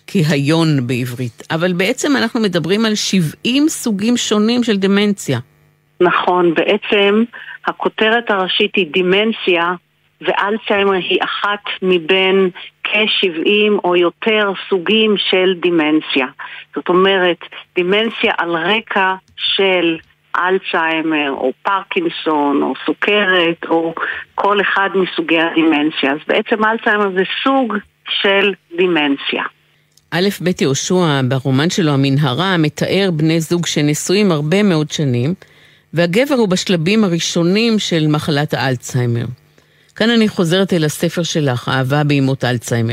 כהיון בעברית, אבל בעצם אנחנו מדברים על שבעים סוגים שונים של דמנציה. נכון, בעצם הכותרת הראשית היא דמנציה, ואלצהיימר היא אחת מבין כ-שבעים או יותר סוגים של דמנציה. זאת אומרת, דמנציה על רקע של אלצהיימר או פרקינסון או סוכרת או כל אחד מסוגי הדמנציה. אז בעצם אלצהיימר זה סוג של דמנציה. א' ב' יהושע ברומן שלו המנהרה מתאר בני זוג שנשואים הרבה מאוד שנים, והגבר הוא בשלבים הראשונים של מחלת האלצהיימר. כאן אני חוזרת אל הספר שלך, אהבה באימות אלצהיימר.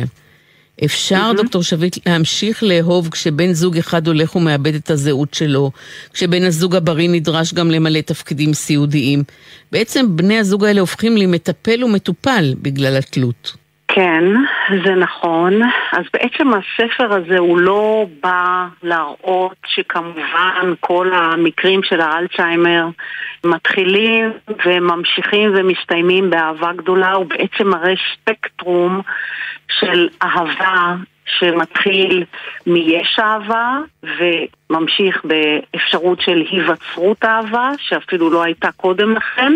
אפשר, mm-hmm. דוקטור שביט, להמשיך לאהוב כשבן זוג אחד הולך ומאבד את הזהות שלו, כשבן הזוג הבריא נדרש גם למלא תפקידים סיעודיים. בעצם בני הזוג האלה הופכים למטפל ומטופל בגלל התלות. כן, זה נכון. אז בעצם הספר הזה הוא לא בא להראות שכמובן כל המקרים של האלצהיימר מתחילים וממשיכים ומסתיימים באהבה גדולה. הוא בעצם מראה ספקטרום של אהבה שמתחיל מיש אהבה וממשיך באפשרות של היווצרות אהבה שאפילו לא הייתה קודם לכן,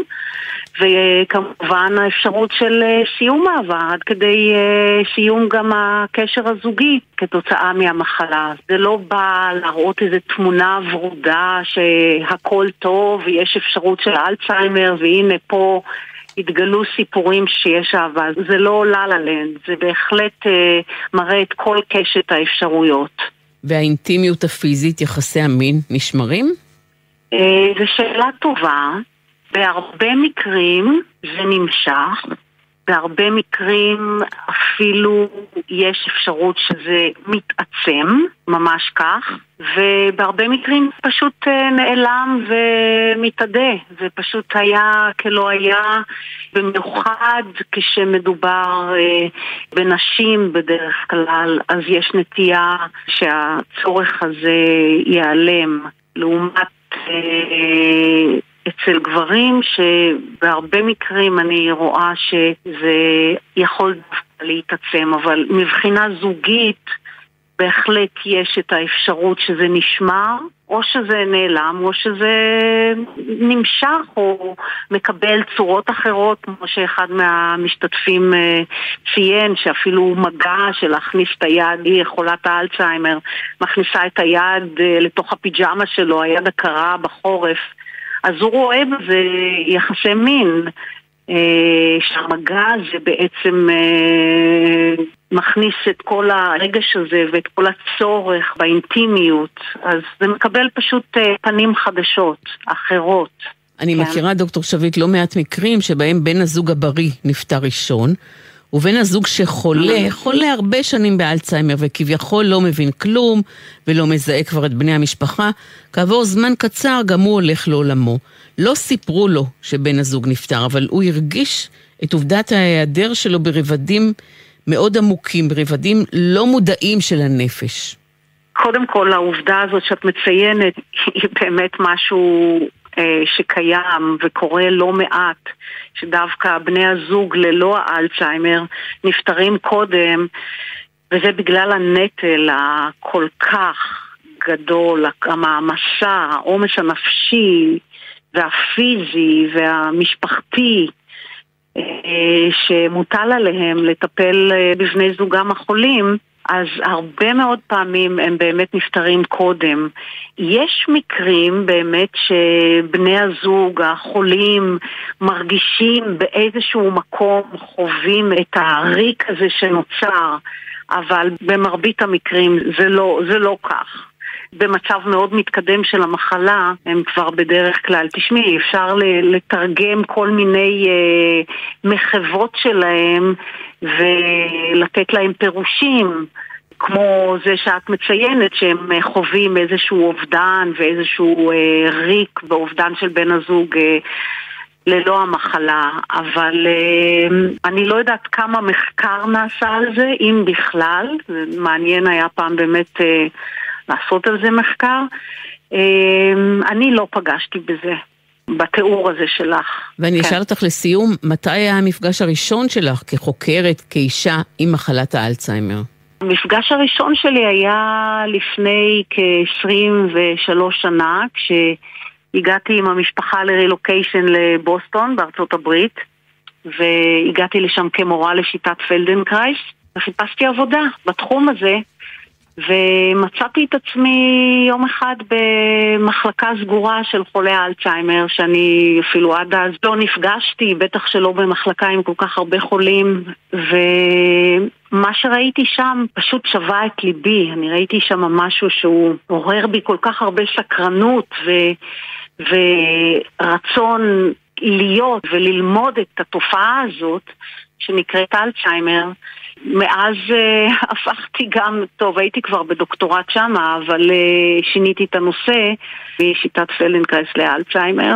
וכמובן האפשרות של סיום אהבה עד כדי סיום גם הקשר הזוגי כתוצאה מהמחלה. זה לא בא להראות איזו תמונה ורודה שהכל טוב ויש אפשרות של אלצהיימר והנה פה התגלו סיפורים שיש אהבה. זה לא לה-לה-לנד, זה בהחלט אה, מראה את כל קשת האפשרויות. והאינטימיות הפיזית, יחסי המין, נשמרים? אה, זו שאלה טובה. בהרבה מקרים זה נמשך, בהרבה מקרים אפילו יש אפשרות שזה מתעצם, ממש כך, ובהרבה מקרים פשוט נעלם ומתעדה, זה פשוט היה כלא היה, במיוחד כשמדובר בנשים בדרך כלל, אז יש נטייה שהצורך הזה ייעלם, לעומת אצל גברים שבהרבה מקרים אני רואה שזה יכול להתעצם, אבל מבחינה זוגית בהחלט יש את האפשרות שזה נשמר, או שזה נעלם, או שזה נמשך, או מקבל צורות אחרות, כמו שאחד מהמשתתפים ציין, שאפילו מגע של להכניס את היד, היא חולת האלצהיימר, מכניסה את היד לתוך הפיג'מה שלו, היד הקרה בחורף, אז הוא רואה בזה יחסי מין, שהמגע הזה בעצם מכניס את כל הרגש הזה ואת כל הצורך באינטימיות, אז זה מקבל פשוט פנים חדשות, אחרות. אני כן. מכירה, דוקטור שביט, לא מעט מקרים שבהם בן הזוג הבריא נפטר ראשון, ובן הזוג שחולה, חולה הרבה שנים באלצהיימר וכביכול לא מבין כלום ולא מזהה כבר את בני המשפחה, כעבור זמן קצר גם הוא הולך לעולמו. לא סיפרו לו שבן הזוג נפטר, אבל הוא הרגיש את עובדת ההיעדר שלו ברבדים מאוד עמוקים, ברבדים לא מודעים של הנפש. קודם כל, העובדה הזאת שאת מציינת היא באמת משהו אה, שקיים וקורה לא מעט, שדווקא בני הזוג ללא האלצהיימר נפטרים קודם, וזה בגלל הנטל הכל כך גדול, המעמסה, העומס הנפשי והפיזי והמשפחתי שמוטל עליהם לטפל בבני זוגם החולים, אז הרבה מאוד פעמים הם באמת נפטרים קודם. יש מקרים באמת שבני הזוג החולים מרגישים באיזשהו מקום, חווים את הריק הזה שנוצר, אבל במרבית המקרים זה לא, זה לא כך. במצב מאוד מתקדם של המחלה, הם כבר בדרך כלל, תשמעי, אפשר לתרגם כל מיני אה, מחוות שלהם ולתת להם פירושים, כמו זה שאת מציינת, שהם חווים איזשהו אובדן ואיזשהו אה, ריק באובדן של בן הזוג אה, ללא המחלה, אבל אה, אני לא יודעת כמה מחקר נעשה על זה, אם בכלל, מעניין היה פעם באמת אה, לעשות על זה מחקר. אני לא פגשתי בזה, בתיאור הזה שלך. ואני אשאל אותך לסיום, מתי היה המפגש הראשון שלך כחוקרת, כאישה עם מחלת האלצהיימר? המפגש הראשון שלי היה לפני כ-עשרים ושלוש שנה, כשהגעתי עם המשפחה לרילוקיישן לבוסטון בארצות הברית, והגעתי לשם כמורה לשיטת פלדנקרייס, וחיפשתי עבודה בתחום הזה, ומצאתי את עצמי יום אחד במחלקה סגורה של חולי האלצהיימר, שאני אפילו עד אז לא נפגשתי, בטח שלא במחלקה עם כל כך הרבה חולים, ומה שראיתי שם פשוט שווה את ליבי. אני ראיתי שם משהו שהוא עורר בי כל כך הרבה סקרנות ו... ורצון להיות וללמוד את התופעה הזאת שנקראת אלצהיימר. מאז uh, הפכתי גם, טוב, הייתי כבר בדוקטורט שמה, אבל uh, שיניתי את הנושא משיטת פלדנקרייס לאלצהיימר,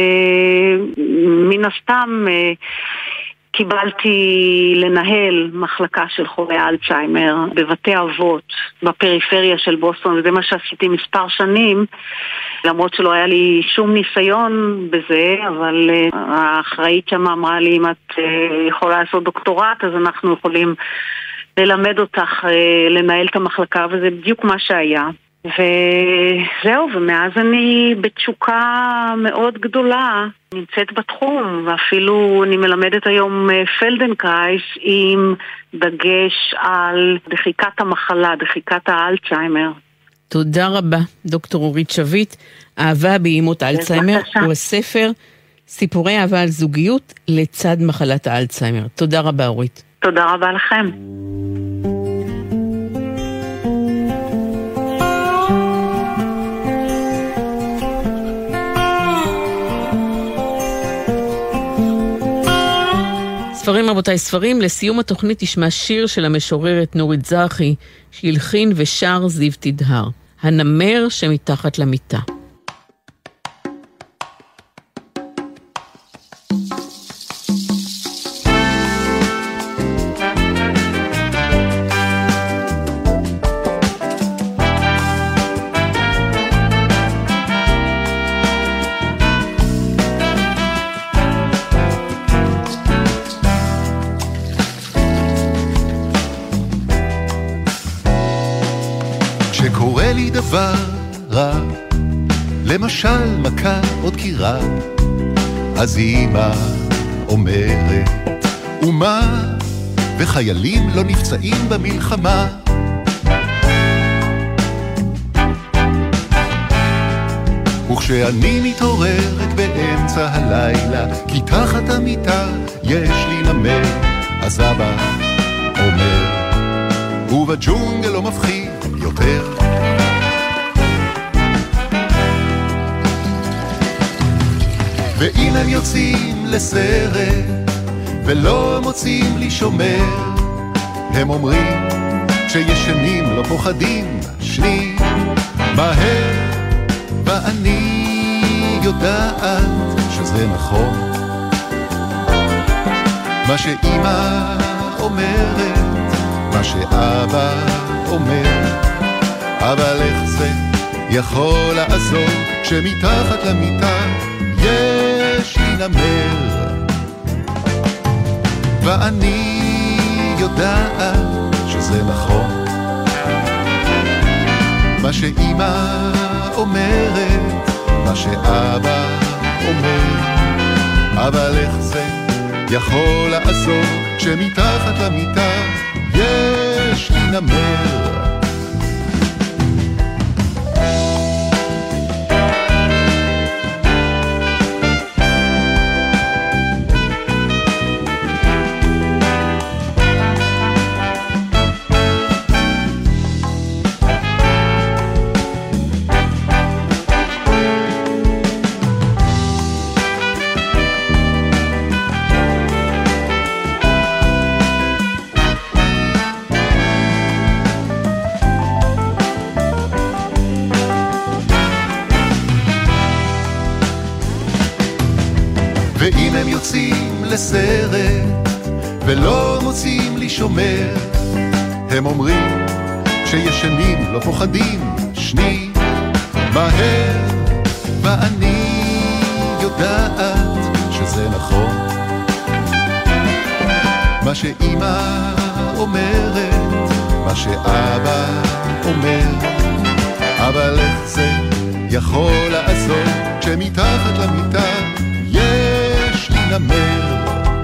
ומן הסתם uh, קיבלתי לנהל מחלקה של חולי אלצהיימר בבתי אבות בפריפריה של בוסטון, וזה מה שעשיתי מספר שנים, למרות שלא היה לי שום ניסיון בזה, אבל uh, האחראית שם אמרה לי, אם את uh, יכולה לעשות דוקטורט, אז אנחנו יכולים ללמד אותך uh, לנהל את המחלקה, וזה בדיוק מה שהיה. וזהו, ומאז אני בתשוקה מאוד גדולה, נמצאת בתחום, ואפילו אני מלמדת היום פלדנקרייס עם דגש על דחיקת המחלה, דחיקת האלצהיימר. תודה רבה, דוקטור אורית שביט. אהבה באימות אלצהיימר הוא הספר סיפורי אהבה על זוגיות לצד מחלת האלצהיימר. תודה רבה, אורית. תודה רבה לכם. ספרים רבותיי, ספרים. לסיום התוכנית תשמע שיר של המשוררת נורית זרחי, שהלחין ושר זיו תדהר, הנמר שמתחת למיטה. דבר רע, למשל מכה או דקירה, אז אמא אומרת, ומה? וחיילים לא נפצעים במלחמה. וכשאני מתעוררת באמצע הלילה, כי תחת המיטה יש לי נמר, אז אבא אומר, ובג'ונגל לא מפחיד יותר. ואם הם יוצאים לסרט ולא מוצאים לי שומר, הם אומרים כשישנים לא פוחדים, שני מהר, ואני יודעת שזה נכון מה שאמא אומרת, מה שאבא אומר, אבל איך זה יכול לעזור כשמתחת למיטה יש לי נמר, ואני יודעת שזה נכון מה שאמא אומרת, מה שאבא אומר, אבל איך זה יכול לעזור כשמתחת למיטה יש לי נמר. ואם הם יוצאים לסרט ולא מוצאים לי שומר, הם אומרים שישנים לא פוחדים, שני מהר, ואני יודעת שזה נכון מה שאמא אומרת, מה שאבא אומר, אבל איך זה יכול לעזור כשמתחת למיטה יש לי נמר.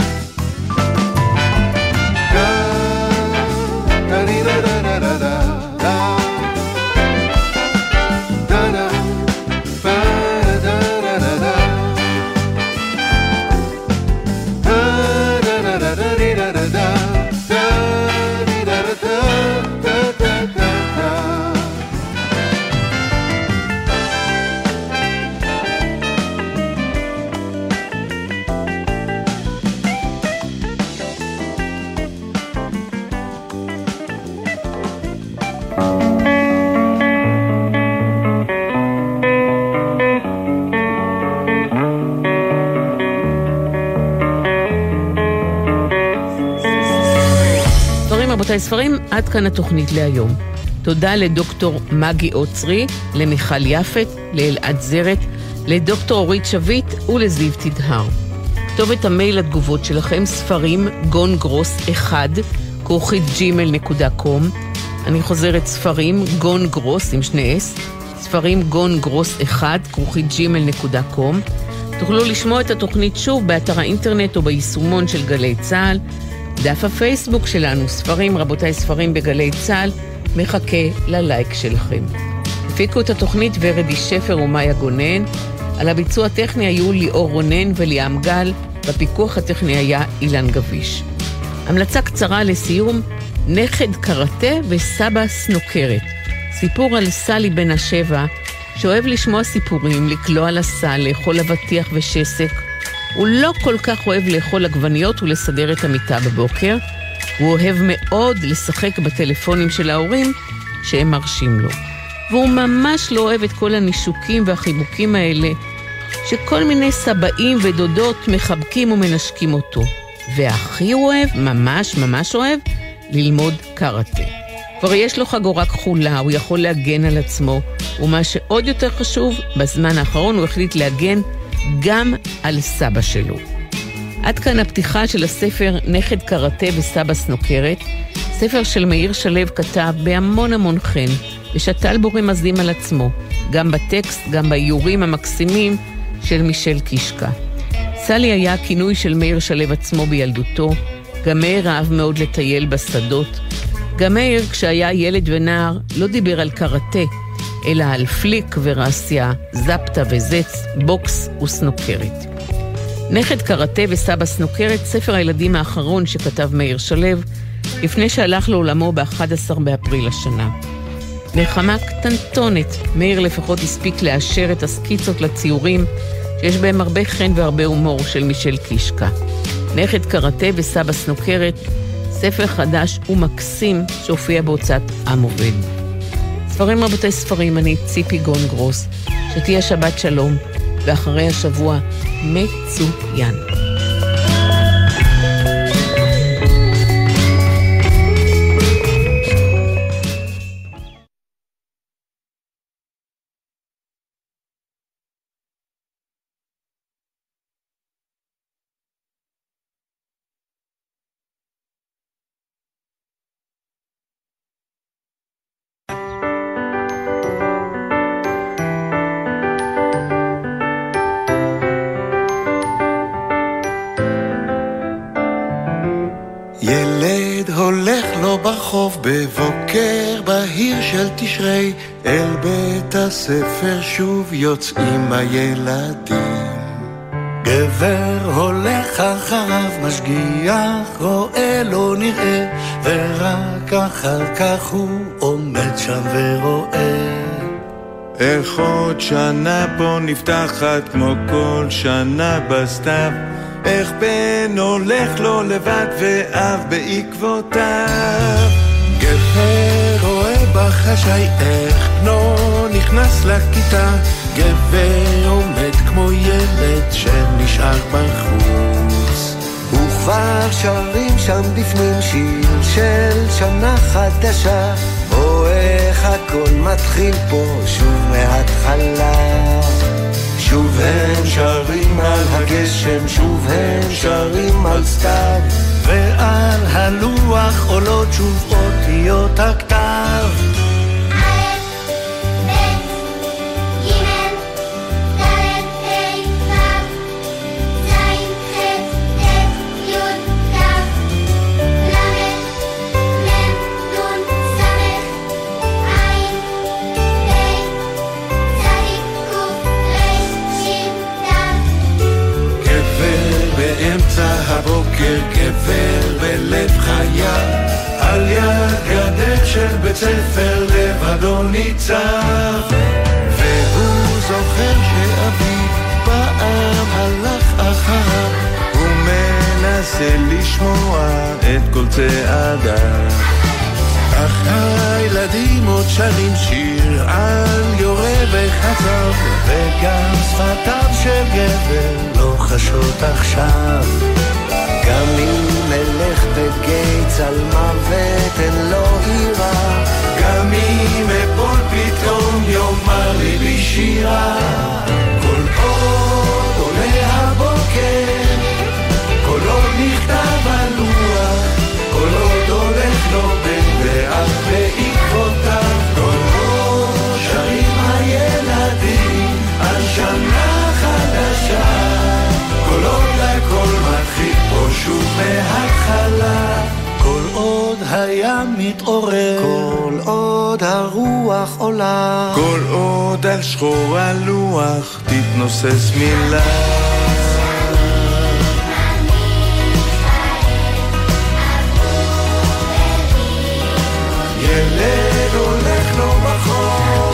רבותיי ספרים, עד כאן התוכנית להיום. תודה לדוקטור מגי אוצרי, למיכל יפת, לאלעד זרת, לדוקטור אורית שביט ולזיו תדהר. כתובת המייל לתגובות שלכם, ספרים גון גרוס אחד כרוכית ג'ימל נקודה קום. אני חוזרת, ספרים גון גרוס עם שני אס, ספרים גון גרוס אחד כרוכית ג'ימל נקודה קום. תוכלו לשמוע את התוכנית שוב באתר האינטרנט או ביישומון של גלי צהל. דף הפייסבוק שלנו, ספרים רבותיי ספרים בגלי צהל, מחכה ללייק שלכם. הפיקו את התוכנית ורדי שפר ומאיה גונן, על הביצוע הטכני היו ליאור רונן וליאם גל, בפיקוח הטכני היה אילן גביש. המלצה קצרה לסיום, נכד קראטה וסבא סנוקרת. סיפור על סלי בן השבע, שאוהב לשמוע סיפורים, לקלוע לסל, לאכול אבטיח ושסק. הוא לא כל כך אוהב לאכול עגבניות ולסדר את המיטה בבוקר. הוא אוהב מאוד לשחק בטלפונים של ההורים שהם מרשים לו. והוא ממש לא אוהב את כל הנישוקים והחיבוקים האלה, שכל מיני סבאים ודודות מחבקים ומנשקים אותו. והכי הוא אוהב, ממש ממש אוהב, ללמוד קראטה. כבר יש לו חגורה כחולה, הוא יכול להגן על עצמו, ומה שעוד יותר חשוב, בזמן האחרון הוא החליט להגן גם על סבא שלו. עד כאן הפתיחה של הספר נכד קראטה וסבא סנוקרת, ספר של מאיר שלו כתב בהמון המון חן, ושתל בו רמזים על עצמו, גם בטקסט, גם באיורים המקסימים של מישל קישקה. סלי היה הכינוי של מאיר שלו עצמו בילדותו, גם מאיר אהב מאוד לטייל בשדות. גם מאיר, כשהיה ילד ונער, לא דיבר על קראטה, אלא על פליק ורסיה, זפטה וזץ, בוקס וסנוקרת. נכד קראטה וסבא סנוקרת, ספר הילדים האחרון שכתב מאיר שלו, לפני שהלך לעולמו ב-אחד עשר באפריל השנה. נחמה קטנטונת, מאיר לפחות הספיק לאשר את הסקיצות לציורים, שיש בהם הרבה חן והרבה הומור של מישל קישקה. נכד קראטה וסבא סנוקרת, ספר חדש ומקסים שהופיע בהוצאת עם עובד. ספרים רבותי ספרים, אני ציפי גון גרוס, שתהיה שבת שלום, ואחרי השבוע מצוין. ברחוב בבוקר בהיר של תשרי, אל בית הספר שוב יוצאים הילדים. גבר הולך אחריו, משגיח, רואה לא נראה, ורק אחר כך הוא עומד שם ורואה. איך עוד שנה פה נפתחת כמו כל שנה בסתיו, איך בן הולך לו לבד ואב בעקבותיו. גבר רואה בחשאי איך בנו נכנס לכיתה, גבר עומד כמו ילד שנשאר בחוץ. וכבר שרים שם בפנים שיר של שנה חדשה, או איך הכל מתחיל פה שוב מההתחלה. שוב הם שרים על הגשם, שוב הם שרים על סתיו, ועל הלוח עולות שוב אותיות הכתב. הבוקר גבר בלב חיה, על יד גדר של בית ספר לבדו ניצב, והוא זוכר שאביו פעם הלך אחריו, הוא מנסה לשמוע את כל צעדיו. אך הילדים עוד שרים שיר על יורה וחצב, וגם שפתיו של גבר לא חשות עכשיו. גם אם נלך בגיא על מוות אין לו עירה, גם אם אפול פתאום יאמר לי בשירה. כל עוד עולה הבוקר, כל עוד נכתב על לוח, כל עוד הולך לו בן ואף בעקבותיו, כל עוד שרים הילדים על שנה חדשה, כל עוד הכל מתחיל פה שוב מההתחלה. כל עוד הים מתעורר, כל עוד הרוח עולה, כל עוד על שחור הלוח תתנוסס מילה. ילד הולך לו בחור,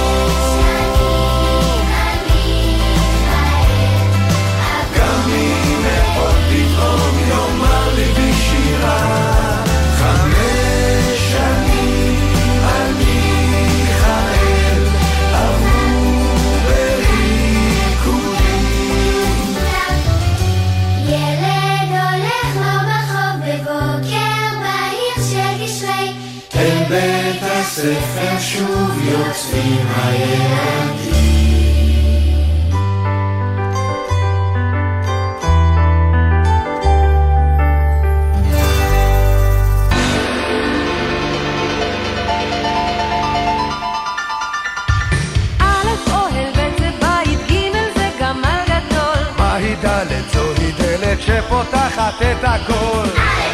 גם אם מאוד פתאום יאמר לי בשירה. חמש שנים על מיכאל עברו בריקודים. ילד הולך לו ברחוב בבוקר בהיר של תשרי, אל בית הספר שוב יוצאים הילדים. פותחת את הכל.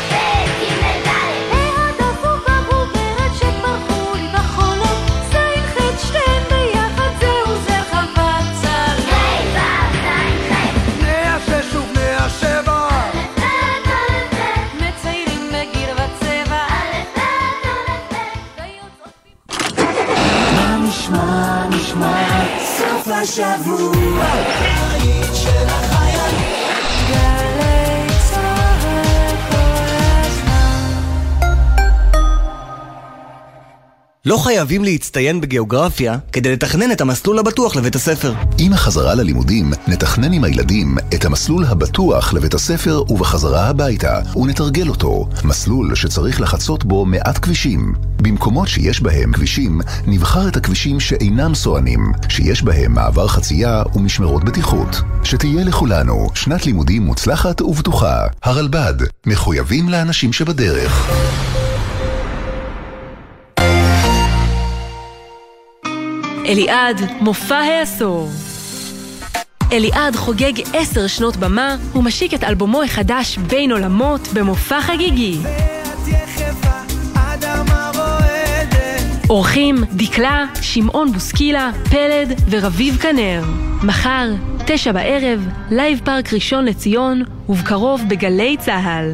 נשמע, נשמע, סוף השבוע, היית של החיילים, גלי צהל כל הזמן. לא חייבים להצטיין בגיאוגרפיה כדי לתכנן את המסלול הבטוח לבית הספר. עם החזרה ללימודים, נתכנן עם הילדים את המסלול הבטוח לבית הספר ובחזרה הביתה, ונתרגל אותו. מסלול שצריך לחצות בו מעט כבישים. במקומות שיש בהם כבישים, נבחר את הכבישים שאינם סוענים, שיש בהם מעבר חצייה ומשמרות בטיחות. שתהיה לכולנו שנת לימודים מוצלחת ובטוחה. הרלב"ד, מחויבים לאנשים שבדרך. אליעד, מופע העשור. אליעד חוגג עשר שנות במה ומשיק את אלבומו החדש בין עולמות במופע חגיגי. אורחים דקלה, שמעון בוסקילה, פלד ורביב כנר. מחר, תשע בערב, לייב פארק ראשון לציון ובקרוב בגלי צהל.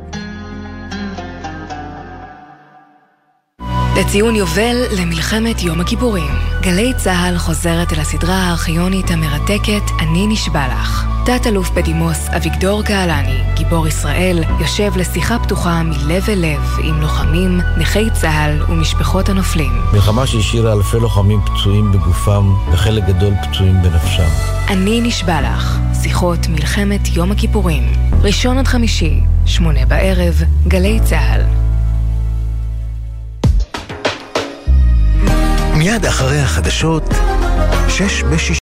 לציון יובל למלחמת יום הכיפורים. גלי צהל חוזרת אל הסדרה הארכיונית המרתקת אני נשבע לך. תת-אלוף בדימוס אביגדור קהלני, גיבור ישראל, יושב לשיחה פתוחה מלב אל לב עם לוחמים, נכי צהל ומשפחות הנופלים. מלחמה שהשאירה אלפי לוחמים פצועים בגופם וחלק גדול פצועים בנפשם. אני נשבע לך. שיחות מלחמת יום הכיפורים. ראשון עד חמישי, שמונה בערב, גלי צהל. מיד אחרי החדשות, שש בשישי.